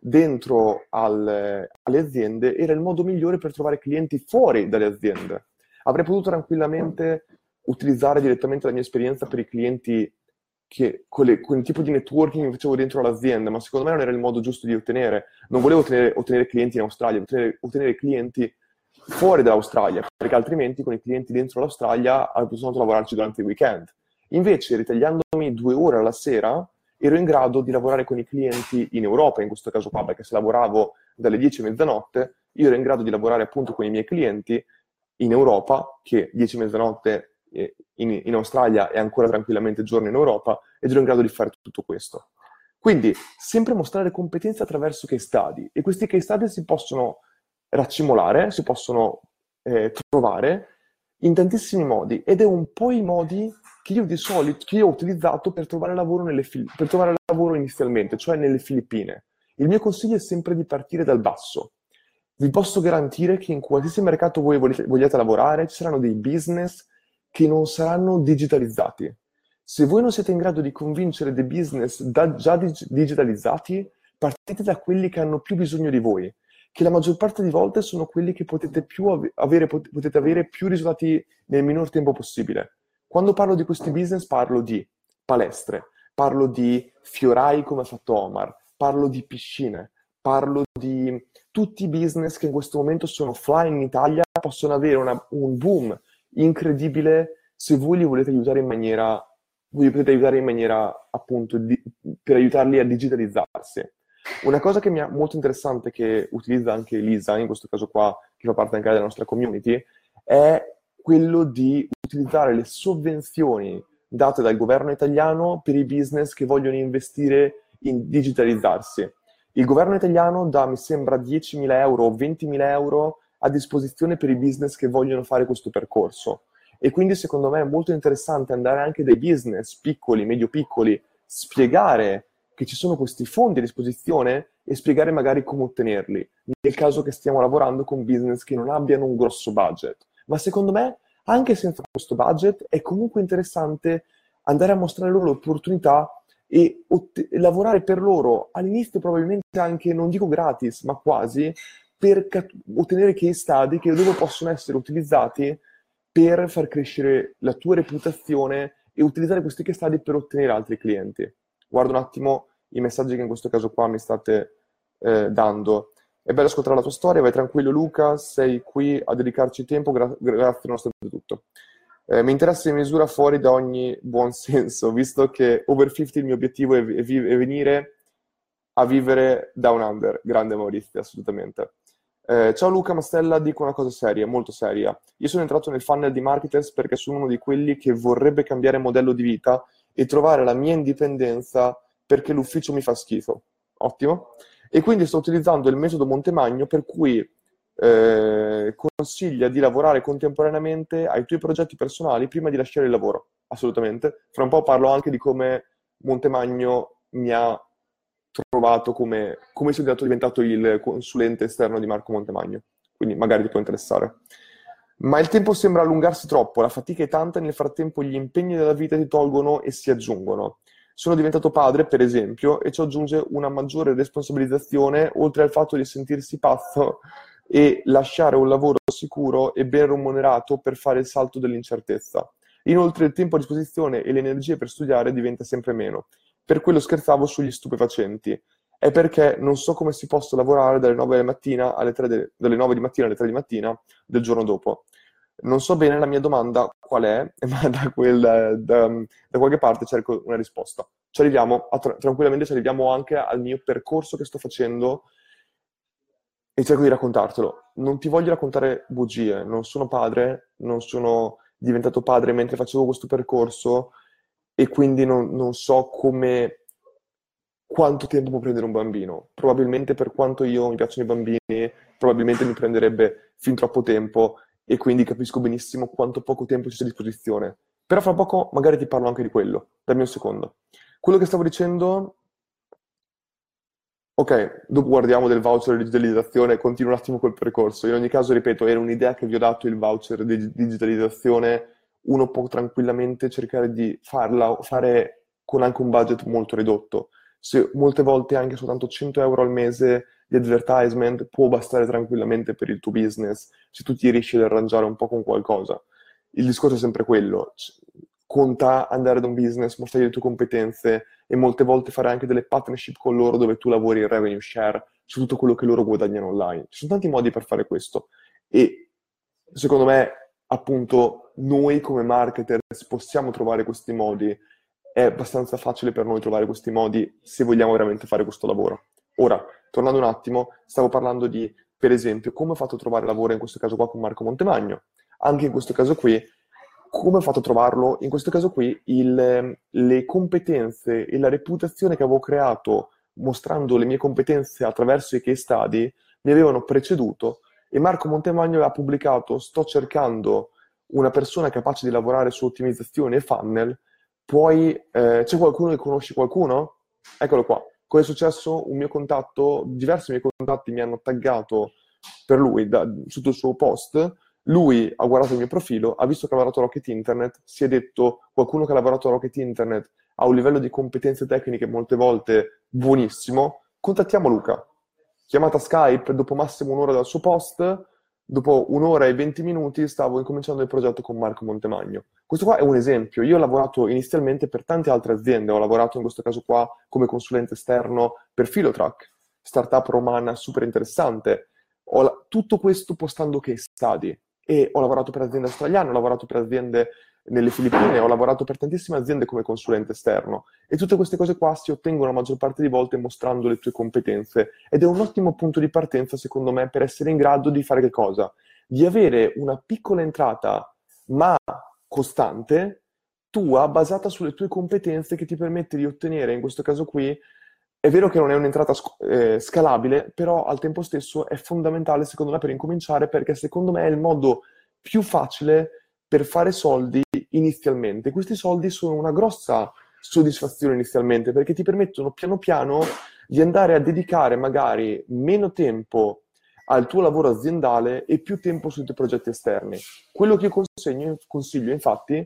dentro al, alle aziende era il modo migliore per trovare clienti fuori dalle aziende. Avrei potuto tranquillamente utilizzare direttamente la mia esperienza per i clienti che con, le, con il tipo di networking che facevo dentro l'azienda, ma secondo me non era il modo giusto di ottenere. Non volevo ottenere, ottenere clienti in Australia, ottenere, ottenere clienti fuori dall'Australia, perché altrimenti con i clienti dentro l'Australia avrei potuto lavorarci durante il weekend. Invece, ritagliandomi due ore alla sera, ero in grado di lavorare con i clienti in Europa, in questo caso qua, perché se lavoravo dalle dieci a mezzanotte, io ero in grado di lavorare appunto con i miei clienti in Europa, che dieci a mezzanotte in, in Australia è ancora tranquillamente giorno in Europa, ed ero in grado di fare tutto questo. Quindi, sempre mostrare competenze attraverso case study, e questi case study si possono raccimolare, si possono eh, trovare in tantissimi modi, ed è un po' i modi che io di solito che io ho utilizzato per trovare lavoro nelle Fili- per trovare lavoro inizialmente, cioè nelle Filippine. Il mio consiglio è sempre di partire dal basso. Vi posso garantire che in qualsiasi mercato voi vogliate, vogliate lavorare, ci saranno dei business che non saranno digitalizzati. Se voi non siete in grado di convincere dei business da, già dig- digitalizzati, partite da quelli che hanno più bisogno di voi, che la maggior parte di volte sono quelli che potete, più ave- avere, pot- potete avere più risultati nel minor tempo possibile. Quando parlo di questi business parlo di palestre, parlo di fiorai come ha fatto Omar, parlo di piscine, parlo di tutti i business che in questo momento sono offline in Italia, possono avere una, un boom incredibile se voi li volete aiutare in maniera, voi li potete aiutare in maniera appunto di, per aiutarli a digitalizzarsi. Una cosa che mi è molto interessante che utilizza anche Lisa, in questo caso qua, che fa parte anche della nostra community, è quello di utilizzare le sovvenzioni date dal governo italiano per i business che vogliono investire in digitalizzarsi. Il governo italiano dà, mi sembra, diecimila euro o ventimila euro a disposizione per i business che vogliono fare questo percorso. E quindi secondo me è molto interessante andare anche dai business piccoli, medio-piccoli, spiegare che ci sono questi fondi a disposizione e spiegare magari come ottenerli, nel caso che stiamo lavorando con business che non abbiano un grosso budget. Ma secondo me, anche senza questo budget, è comunque interessante andare a mostrare loro l'opportunità e ot- lavorare per loro all'inizio probabilmente anche, non dico gratis, ma quasi, per cat- ottenere case study che dopo possono essere utilizzati per far crescere la tua reputazione e utilizzare questi case study per ottenere altri clienti. Guarda un attimo i messaggi che in questo caso qua mi state eh, dando. È bello ascoltare la tua storia, vai tranquillo Luca, sei qui a dedicarci tempo, gra- grazie nonostante tutto. Eh, mi interessa in misura fuori da ogni buon senso, visto che over cinquanta il mio obiettivo è, è, vi- è venire a vivere down under. Grande Maurizio, assolutamente. Eh, ciao Luca Mastella, dico una cosa seria, molto seria. Io sono entrato nel funnel di marketers perché sono uno di quelli che vorrebbe cambiare modello di vita e trovare la mia indipendenza perché l'ufficio mi fa schifo. Ottimo. E quindi sto utilizzando il metodo Montemagno per cui eh, consiglia di lavorare contemporaneamente ai tuoi progetti personali prima di lasciare il lavoro, assolutamente. Fra un po' parlo anche di come Montemagno mi ha trovato come, come sono diventato il consulente esterno di Marco Montemagno, quindi magari ti può interessare. Ma il tempo sembra allungarsi troppo, la fatica è tanta e nel frattempo gli impegni della vita ti tolgono e si aggiungono. Sono diventato padre, per esempio, e ciò aggiunge una maggiore responsabilizzazione, oltre al fatto di sentirsi pazzo e lasciare un lavoro sicuro e ben remunerato per fare il salto dell'incertezza. Inoltre il tempo a disposizione e le energie per studiare diventa sempre meno. Per quello scherzavo sugli stupefacenti. È perché non so come si possa lavorare dalle nove di mattina alle tre de- dalle nove di mattina alle tre di mattina del giorno dopo. Non so bene la mia domanda qual è, ma da, quel, da, da qualche parte cerco una risposta. Ci arriviamo, a tra- tranquillamente ci arriviamo anche al mio percorso che sto facendo e cerco di raccontartelo. Non ti voglio raccontare bugie, non sono padre, non sono diventato padre mentre facevo questo percorso e quindi non, non so come, quanto tempo può prendere un bambino. Probabilmente per quanto io mi piacciono i bambini, probabilmente mi prenderebbe fin troppo tempo e quindi capisco benissimo quanto poco tempo c'è a disposizione. Però fra poco magari ti parlo anche di quello. Dammi un secondo. Quello che stavo dicendo. Ok, dopo guardiamo del voucher di digitalizzazione, continuo un attimo col percorso. In ogni caso, ripeto, era un'idea che vi ho dato il voucher di digitalizzazione. Uno può tranquillamente cercare di farla, fare con anche un budget molto ridotto. Se molte volte anche soltanto cento euro al mese di advertisement può bastare tranquillamente per il tuo business, se tu ti riesci ad arrangiare un po' con qualcosa. Il discorso è sempre quello. C- Conta andare da un business, mostrare le tue competenze e molte volte fare anche delle partnership con loro dove tu lavori il revenue share su tutto quello che loro guadagnano online. Ci sono tanti modi per fare questo e secondo me, appunto, noi come marketers possiamo trovare questi modi. È abbastanza facile per noi trovare questi modi se vogliamo veramente fare questo lavoro. Ora, tornando un attimo, stavo parlando di, per esempio, come ho fatto a trovare lavoro in questo caso qua con Marco Montemagno. Anche in questo caso qui, come ho fatto a trovarlo? In questo caso qui, il- le competenze e la reputazione che avevo creato mostrando le mie competenze attraverso i case study mi avevano preceduto e Marco Montemagno ha pubblicato sto cercando una persona capace di lavorare su ottimizzazione e funnel. Puoi, eh, c'è qualcuno che conosci qualcuno? Eccolo qua. Cosa è successo? Un mio contatto, diversi miei contatti mi hanno taggato per lui da- sotto il suo post. Lui ha guardato il mio profilo, ha visto che ha lavorato a Rocket Internet, si è detto qualcuno che ha lavorato a Rocket Internet ha un livello di competenze tecniche molte volte buonissimo, contattiamo Luca. Chiamata Skype, dopo massimo un'ora dal suo post, dopo un'ora e venti minuti stavo incominciando il progetto con Marco Montemagno. Questo qua è un esempio. Io ho lavorato inizialmente per tante altre aziende, ho lavorato in questo caso qua come consulente esterno per Filotrack, startup romana super interessante. Ho la- tutto questo postando case study e ho lavorato per aziende australiane, ho lavorato per aziende nelle Filippine, ho lavorato per tantissime aziende come consulente esterno e tutte queste cose qua si ottengono la maggior parte di volte mostrando le tue competenze ed è un ottimo punto di partenza secondo me per essere in grado di fare che cosa? Di avere una piccola entrata ma costante tua basata sulle tue competenze che ti permette di ottenere in questo caso qui. È vero che non è un'entrata sc- eh, scalabile, però al tempo stesso è fondamentale secondo me per incominciare perché secondo me è il modo più facile per fare soldi inizialmente. Questi soldi sono una grossa soddisfazione inizialmente perché ti permettono piano piano di andare a dedicare magari meno tempo al tuo lavoro aziendale e più tempo sui tuoi progetti esterni. Quello che io consegno- consiglio, infatti,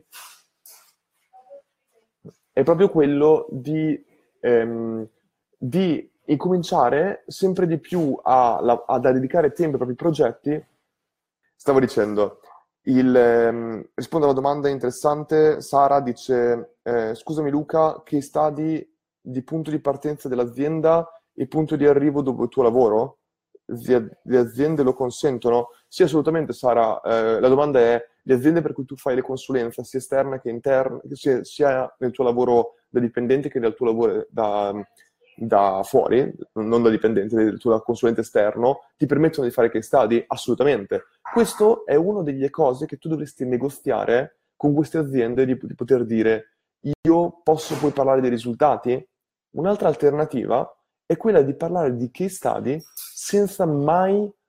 è proprio quello di, ehm, di incominciare sempre di più a, la- a dedicare tempo ai propri progetti. Stavo dicendo, il, ehm, rispondo alla domanda interessante. Sara dice, eh, scusami Luca, che stadi di punto di partenza dell'azienda e punto di arrivo dopo il tuo lavoro? Le le aziende lo consentono? Sì, assolutamente Sara. Eh, la domanda è, le aziende per cui tu fai le consulenze, sia esterna che interna, sia, sia nel tuo lavoro da dipendente che nel tuo lavoro da, da fuori, non da dipendente, del tuo consulente esterno, ti permettono di fare case study? Assolutamente. Questo è una delle cose che tu dovresti negoziare con queste aziende di, di poter dire io posso poi parlare dei risultati? Un'altra alternativa è quella di parlare di case study senza mai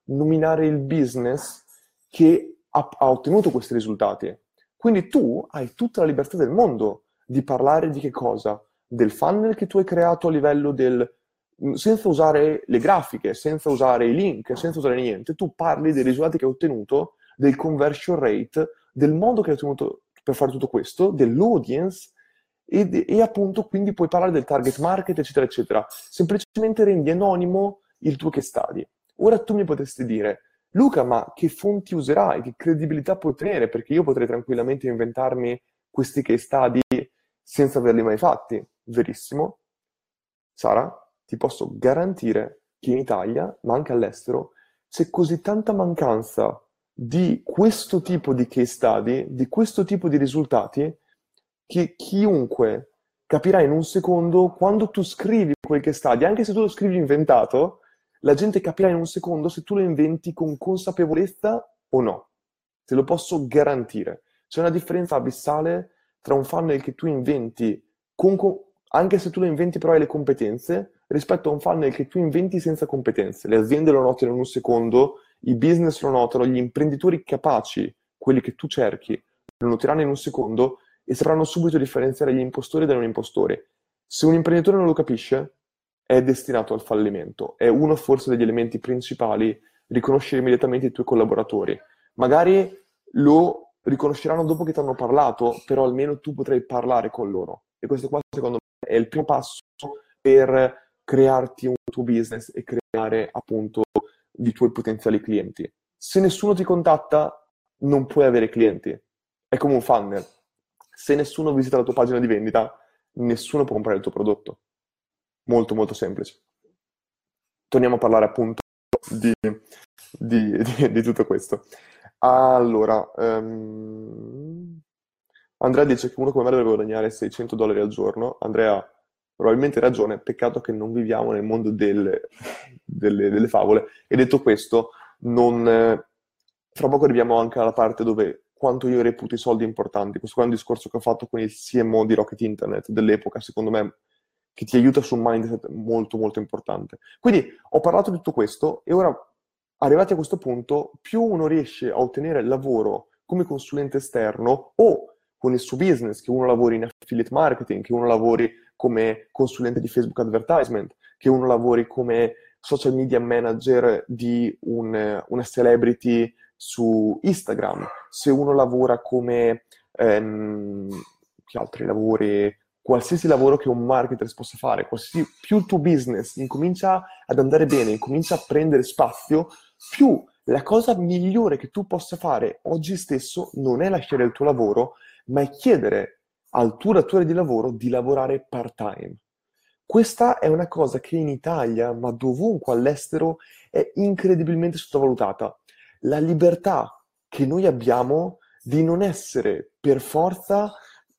nominare il business che ha, ha ottenuto questi risultati. Quindi tu hai tutta la libertà del mondo di parlare di che cosa? Del funnel che tu hai creato a livello del... senza usare le grafiche, senza usare i link, senza usare niente. Tu parli dei risultati che hai ottenuto, del conversion rate, del modo che hai ottenuto per fare tutto questo, dell'audience e, de- e appunto quindi puoi parlare del target market, eccetera, eccetera. Semplicemente rendi anonimo il tuo case study. Ora tu mi potresti dire, Luca, ma che fonti userai? Che credibilità puoi ottenere? Perché io potrei tranquillamente inventarmi questi case study senza averli mai fatti. Verissimo. Sara, ti posso garantire che in Italia, ma anche all'estero, c'è così tanta mancanza di questo tipo di case study, di questo tipo di risultati, che chiunque capirà in un secondo quando tu scrivi quel case study, anche se tu lo scrivi inventato, la gente capirà in un secondo se tu lo inventi con consapevolezza o no. Te lo posso garantire. C'è una differenza abissale tra un funnel che tu inventi, con, anche se tu lo inventi però hai le competenze, rispetto a un funnel che tu inventi senza competenze. Le aziende lo notano in un secondo, i business lo notano, gli imprenditori capaci, quelli che tu cerchi, lo noteranno in un secondo e sapranno subito differenziare gli impostori dai non impostori. Se un imprenditore non lo capisce, è destinato al fallimento. È uno forse degli elementi principali riconoscere immediatamente i tuoi collaboratori. Magari lo riconosceranno dopo che ti hanno parlato, però almeno tu potrai parlare con loro. E questo qua, secondo me, è il primo passo per crearti un tuo business e creare appunto i tuoi potenziali clienti. Se nessuno ti contatta, non puoi avere clienti. È come un funnel. Se nessuno visita la tua pagina di vendita, nessuno può comprare il tuo prodotto. Molto, molto semplice. Torniamo a parlare appunto di, di, di, di tutto questo. Allora, um, Andrea dice che uno come me dovrebbe guadagnare seicento dollari al giorno. Andrea, probabilmente hai ragione, peccato che non viviamo nel mondo delle, delle, delle favole. E detto questo, non, eh, fra poco arriviamo anche alla parte dove quanto io reputo i soldi importanti. Questo qua è un discorso che ho fatto con il C M O di Rocket Internet dell'epoca, secondo me, che ti aiuta su un mindset molto molto importante. Quindi ho parlato di tutto questo e ora, arrivati a questo punto, più uno riesce a ottenere lavoro come consulente esterno o con il suo business, che uno lavori in affiliate marketing, che uno lavori come consulente di Facebook advertisement, che uno lavori come social media manager di un, una celebrity su Instagram, se uno lavora come ehm, che altri lavori, qualsiasi lavoro che un marketer possa fare, qualsiasi, più il tuo business incomincia ad andare bene, incomincia a prendere spazio, più la cosa migliore che tu possa fare oggi stesso non è lasciare il tuo lavoro, ma è chiedere al tuo datore di lavoro di lavorare part-time. Questa è una cosa che in Italia, ma dovunque all'estero, è incredibilmente sottovalutata. La libertà che noi abbiamo di non essere per forza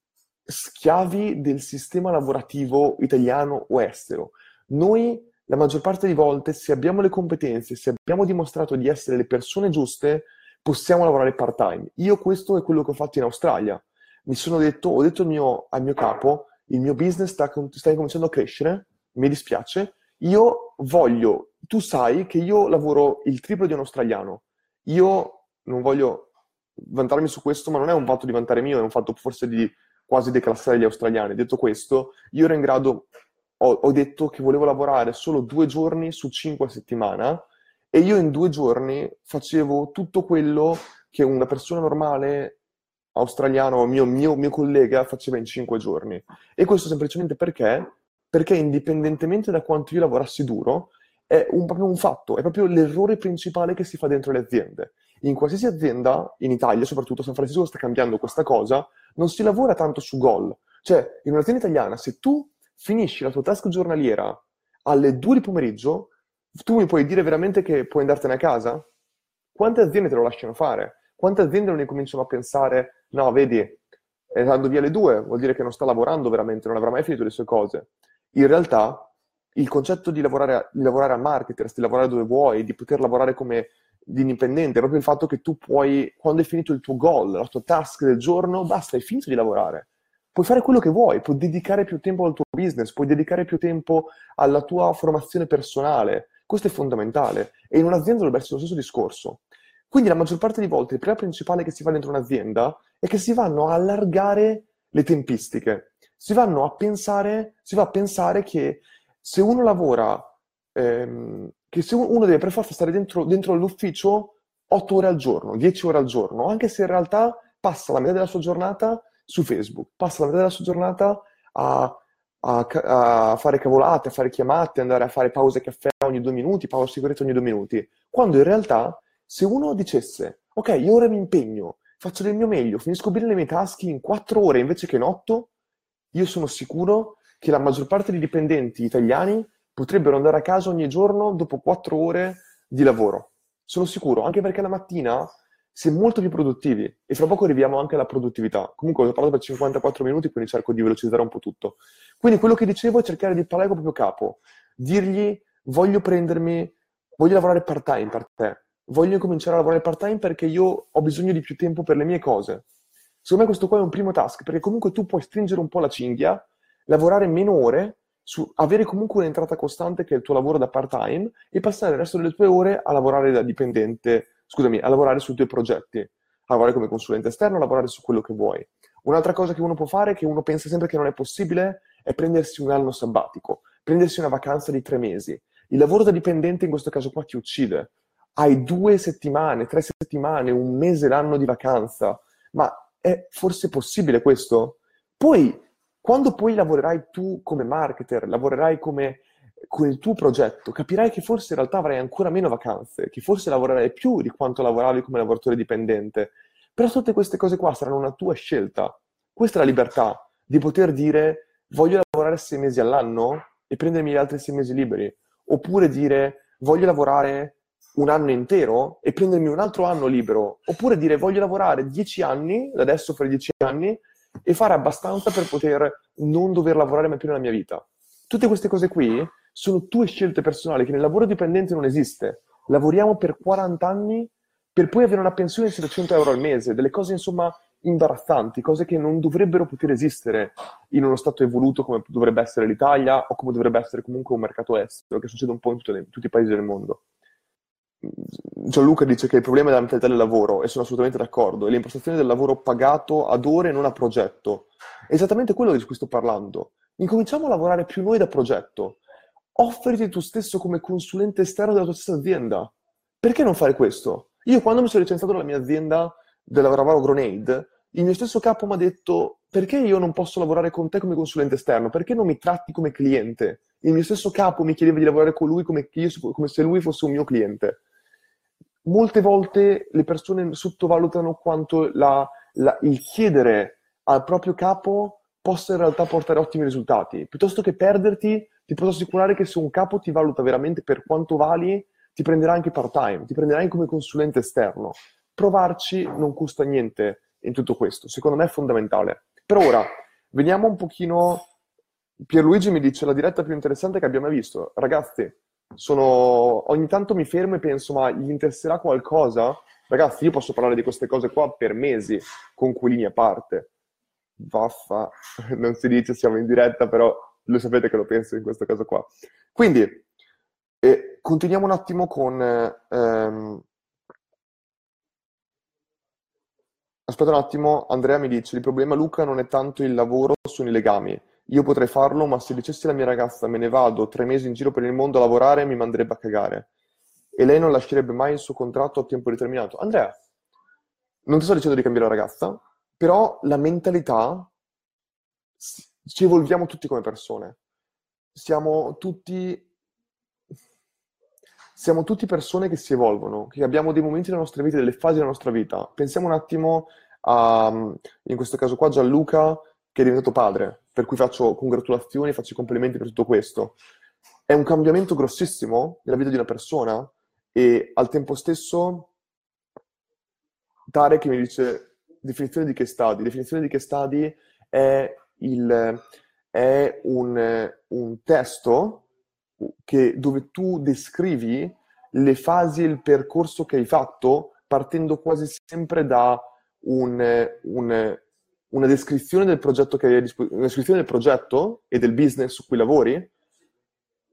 schiavi del sistema lavorativo italiano o estero. Noi, la maggior parte delle volte, se abbiamo le competenze, se abbiamo dimostrato di essere le persone giuste, possiamo lavorare part-time. Io questo è quello che ho fatto in Australia. Mi sono detto, ho detto al mio, al mio capo, il mio business sta, sta cominciando a crescere, mi dispiace, io voglio, tu sai che io lavoro il triplo di un australiano, io non voglio vantarmi su questo, ma non è un fatto di vantare mio, è un fatto forse di quasi declassare gli australiani. Detto questo, io ero in grado, ho, ho detto che volevo lavorare solo due giorni su cinque a settimana e io in due giorni facevo tutto quello che una persona normale australiano, mio, mio, mio collega, faceva in cinque giorni. E questo semplicemente perché? Perché indipendentemente da quanto io lavorassi duro, è un, proprio un fatto, è proprio l'errore principale che si fa dentro le aziende. In qualsiasi azienda, in Italia soprattutto, San Francisco sta cambiando questa cosa, non si lavora tanto su goal. Cioè, in un'azienda italiana, se tu finisci la tua task giornaliera alle due di pomeriggio, tu mi puoi dire veramente che puoi andartene a casa? Quante aziende te lo lasciano fare? Quante aziende non incominciano a pensare, no, vedi, è andando via alle due, vuol dire che non sta lavorando veramente, non avrà mai finito le sue cose. In realtà, il concetto di lavorare a, di lavorare a marketers, di lavorare dove vuoi, di poter lavorare come indipendente, è proprio il fatto che tu puoi, quando hai finito il tuo goal, la tua task del giorno, basta, hai finito di lavorare. Puoi fare quello che vuoi, puoi dedicare più tempo al tuo business, puoi dedicare più tempo alla tua formazione personale, Questo è fondamentale e in un'azienda dovrebbe essere lo stesso discorso. Quindi la maggior parte delle volte il problema principale che si fa dentro un'azienda è che si vanno a allargare le tempistiche, si vanno a pensare, si va a pensare che se uno lavora, ehm, che se uno deve per forza stare dentro, dentro l'ufficio otto ore al giorno, dieci ore al giorno, anche se in realtà passa la metà della sua giornata su Facebook, passa la metà della sua giornata a, a, a fare cavolate, a fare chiamate, andare a fare pause caffè ogni due minuti, pausa sigaretta ogni due minuti, quando in realtà se uno dicesse, ok, io ora mi impegno, faccio del mio meglio, finisco bene le mie task in quattro ore invece che in otto, io sono sicuro che la maggior parte dei dipendenti italiani potrebbero andare a casa ogni giorno dopo quattro ore di lavoro. Sono sicuro, anche perché la mattina si è molto più produttivi e fra poco arriviamo anche alla produttività. Comunque ho parlato per cinquantaquattro minuti, quindi cerco di velocizzare un po' tutto. Quindi quello che dicevo è cercare di parlare con il proprio capo, dirgli voglio prendermi, voglio lavorare part-time per te, voglio cominciare a lavorare part-time perché io ho bisogno di più tempo per le mie cose. Secondo me questo qua è un primo task, perché comunque tu puoi stringere un po' la cinghia, lavorare meno ore, su, avere comunque un'entrata costante che è il tuo lavoro da part-time e passare il resto delle tue ore a lavorare da dipendente, scusami, a lavorare sui tuoi progetti, a lavorare come consulente esterno, a lavorare su quello che vuoi. Un'altra cosa che uno può fare, che uno pensa sempre che non è possibile, è prendersi un anno sabbatico, prendersi una vacanza di tre mesi. Il lavoro da dipendente in questo caso qua ti uccide. Hai due settimane, tre settimane, un mese l'anno di vacanza, ma è forse possibile questo? Poi, quando poi lavorerai tu come marketer, lavorerai come, con il tuo progetto, capirai che forse in realtà avrai ancora meno vacanze, che forse lavorerai più di quanto lavoravi come lavoratore dipendente. Però tutte queste cose qua saranno una tua scelta. Questa è la libertà di poter dire voglio lavorare sei mesi all'anno e prendermi gli altri sei mesi liberi. Oppure dire voglio lavorare un anno intero e prendermi un altro anno libero, oppure dire voglio lavorare dieci anni, da adesso fare dieci anni, e fare abbastanza per poter non dover lavorare mai più nella mia vita. Tutte queste cose qui sono tue scelte personali che nel lavoro dipendente non esiste. Lavoriamo per quaranta anni per poi avere una pensione di settecento euro al mese, delle cose insomma imbarazzanti, cose che non dovrebbero poter esistere in uno stato evoluto come dovrebbe essere l'Italia o come dovrebbe essere comunque un mercato estero, che succede un po' in, tutte le, in tutti i paesi del mondo. Gianluca dice che il problema è la mentalità del lavoro e sono assolutamente d'accordo, è l'impostazione del lavoro pagato ad ore e non a progetto. È esattamente quello di cui sto parlando. Incominciamo a lavorare più noi da progetto. Offriti tu stesso come consulente esterno della tua stessa azienda. Perché non fare questo? Io quando mi sono licenziato dalla mia azienda dove lavoravo Grenade, il mio stesso capo mi ha detto perché io non posso lavorare con te come consulente esterno? Perché non mi tratti come cliente? Il mio stesso capo mi chiedeva di lavorare con lui come, io, come se lui fosse un mio cliente. Molte volte le persone sottovalutano quanto la, la, il chiedere al proprio capo possa in realtà portare ottimi risultati. Piuttosto che perderti, ti posso assicurare che se un capo ti valuta veramente per quanto vali, ti prenderà anche part-time, ti prenderà anche come consulente esterno. Provarci non costa niente in tutto questo, secondo me è fondamentale. Per ora, veniamo un pochino... Pierluigi mi dice la diretta più interessante che abbia mai visto. Ragazzi, sono... ogni tanto mi fermo e penso, ma gli interesserà qualcosa? Ragazzi, io posso parlare di queste cose qua per mesi, con quelini a parte. Vaffa, non si dice, siamo in diretta, però lo sapete che lo penso in questo caso qua. Quindi, eh, continuiamo un attimo con... Ehm... Aspetta un attimo, Andrea mi dice, il problema Luca non è tanto il lavoro, sono i legami. Io potrei farlo, ma se dicessi alla mia ragazza me ne vado tre mesi in giro per il mondo a lavorare, mi manderebbe a cagare. E lei non lascerebbe mai il suo contratto a tempo determinato. Andrea, non ti sto dicendo di cambiare ragazza, però la mentalità, ci evolviamo tutti come persone. Siamo tutti, siamo tutti persone che si evolvono, che abbiamo dei momenti della nostra vita, delle fasi della nostra vita. Pensiamo un attimo a, in questo caso qua, Gianluca, che è diventato padre, per cui faccio congratulazioni, faccio i complimenti per tutto questo. È un cambiamento grossissimo nella vita di una persona e al tempo stesso Tarek mi dice definizione di che stadi. Definizione di che stadi è, il, è un, un testo che, dove tu descrivi le fasi e il percorso che hai fatto partendo quasi sempre da un, un una descrizione del progetto che hai a disposizione, una descrizione del progetto e del business su cui lavori,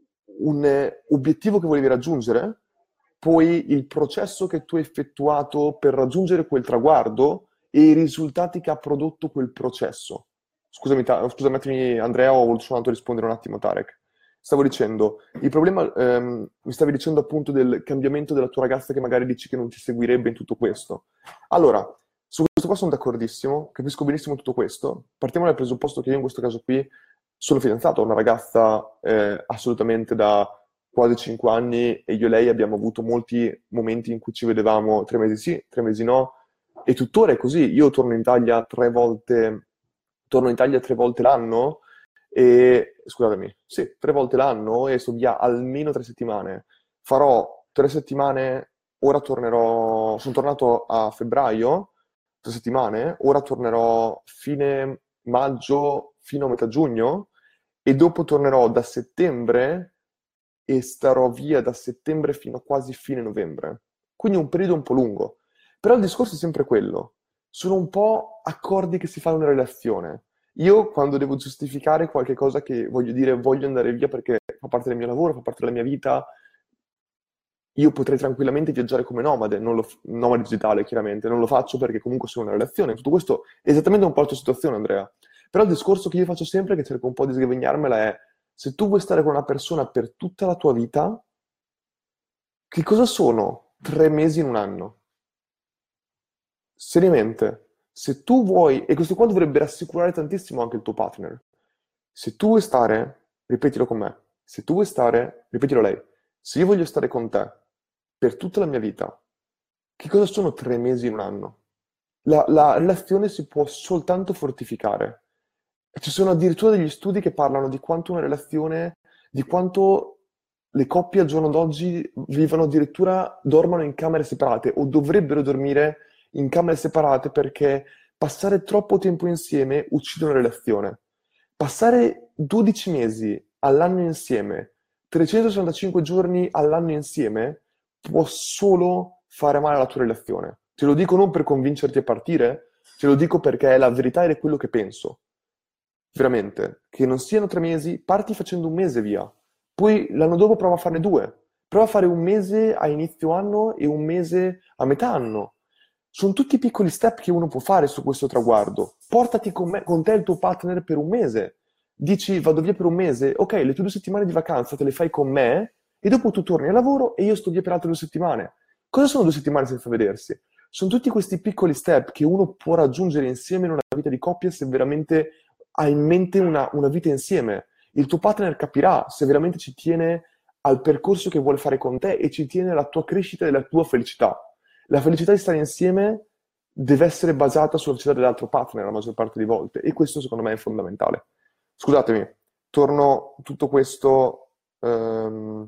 un eh, obiettivo che volevi raggiungere, poi il processo che tu hai effettuato per raggiungere quel traguardo e i risultati che ha prodotto quel processo. Scusami, Ta- scusami un attimo, Andrea, ho voluto soltanto rispondere un attimo, Tarek. Stavo dicendo, il problema, ehm, mi stavi dicendo appunto del cambiamento della tua ragazza che magari dici che non ti seguirebbe in tutto questo. Allora, su questo qua sono d'accordissimo, capisco benissimo tutto questo. Partiamo dal presupposto che io in questo caso qui sono fidanzato, ho una ragazza eh, assolutamente da quasi cinque anni e io e lei abbiamo avuto molti momenti in cui ci vedevamo tre mesi sì, tre mesi no, e tuttora è così. Io torno in Italia tre volte, torno in Italia tre volte l'anno e, scusatemi, sì, tre volte l'anno e sto via almeno tre settimane. Farò tre settimane, ora tornerò, sono tornato a febbraio, tre settimane, ora tornerò fine maggio fino a metà giugno e dopo tornerò da settembre e starò via da settembre fino a quasi fine novembre. Quindi un periodo un po' lungo. Però il discorso è sempre quello. Sono un po' accordi che si fa in una relazione. Io quando devo giustificare qualche cosa che voglio dire voglio andare via perché fa parte del mio lavoro, fa parte della mia vita, io potrei tranquillamente viaggiare come nomade, non lo f- nomade digitale chiaramente, non lo faccio perché comunque sono in una relazione. Tutto questo è esattamente un po' la tua situazione, Andrea. Però il discorso che io faccio sempre, che cerco un po' di sgabbignarmela, è se tu vuoi stare con una persona per tutta la tua vita, che cosa sono tre mesi in un anno? Seriamente, se tu vuoi, e questo qua dovrebbe rassicurare tantissimo anche il tuo partner, se tu vuoi stare, ripetilo con me, se tu vuoi stare, ripetilo a lei, se io voglio stare con te per tutta la mia vita, che cosa sono tre mesi in un anno? La, la relazione si può soltanto fortificare. E ci sono addirittura degli studi che parlano di quanto una relazione, di quanto le coppie al giorno d'oggi vivono addirittura, dormono in camere separate o dovrebbero dormire in camere separate perché passare troppo tempo insieme uccide una relazione. Passare dodici mesi all'anno insieme, trecentosessantacinque giorni all'anno insieme, può solo fare male alla tua relazione. Te lo dico non per convincerti a partire, te lo dico perché è la verità ed è quello che penso. Veramente. Che non siano tre mesi, parti facendo un mese via. Poi l'anno dopo prova a farne due. Prova a fare un mese a inizio anno e un mese a metà anno. Sono tutti piccoli step che uno può fare su questo traguardo. Portati con, me, con te e il tuo partner per un mese. Dici vado via per un mese, ok, le tue due settimane di vacanza te le fai con me e dopo tu torni al lavoro e io sto via per altre due settimane. Cosa sono due settimane senza vedersi? Sono tutti questi piccoli step che uno può raggiungere insieme in una vita di coppia se veramente ha in mente una, una vita insieme. Il tuo partner capirà se veramente ci tiene al percorso che vuole fare con te e ci tiene alla tua crescita e alla tua felicità. La felicità di stare insieme deve essere basata sulla felicità dell'altro partner la maggior parte delle volte e questo secondo me è fondamentale. Scusatemi, torno tutto questo. ehm,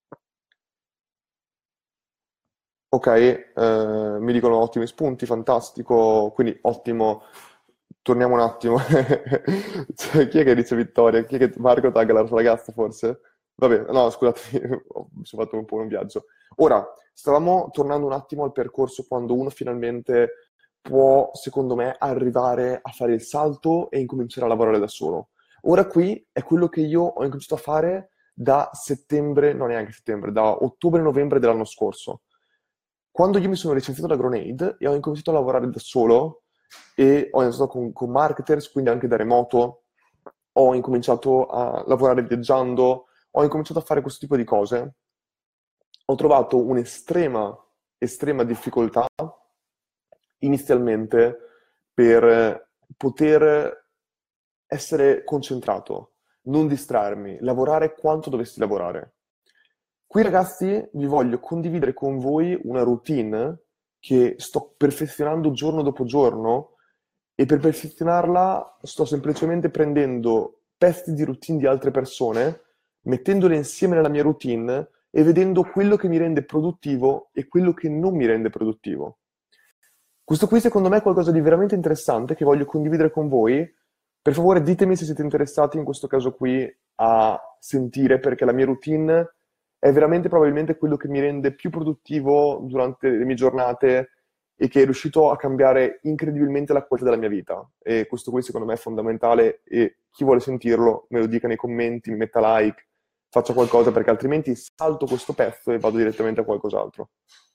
Ok, eh, mi dicono ottimi spunti, fantastico, quindi ottimo. Torniamo un attimo. Cioè, chi è che dice Vittoria? Chi è che Marco tagga la sua ragazza, forse? Vabbè, no, scusate, mi sono fatto un po' un viaggio. Ora, stavamo tornando un attimo al percorso quando uno finalmente può, secondo me, arrivare a fare il salto e incominciare a lavorare da solo. Ora qui è quello che io ho incominciato a fare da settembre, no neanche settembre, da ottobre-novembre dell'anno scorso. Quando io mi sono licenziato da Grenade e ho incominciato a lavorare da solo e ho iniziato con, con marketers, quindi anche da remoto, ho incominciato a lavorare viaggiando, ho incominciato a fare questo tipo di cose, ho trovato un'estrema, estrema difficoltà inizialmente per poter essere concentrato, non distrarmi, lavorare quanto dovessi lavorare. Qui ragazzi vi voglio condividere con voi una routine che sto perfezionando giorno dopo giorno e per perfezionarla sto semplicemente prendendo pezzi di routine di altre persone, mettendole insieme nella mia routine e vedendo quello che mi rende produttivo e quello che non mi rende produttivo. Questo qui secondo me è qualcosa di veramente interessante che voglio condividere con voi. Per favore ditemi se siete interessati in questo caso qui a sentire perché la mia routine è veramente probabilmente quello che mi rende più produttivo durante le mie giornate e che è riuscito a cambiare incredibilmente la qualità della mia vita. E questo qui secondo me è fondamentale e chi vuole sentirlo me lo dica nei commenti, mi metta like, faccia qualcosa perché altrimenti salto questo pezzo e vado direttamente a qualcos'altro.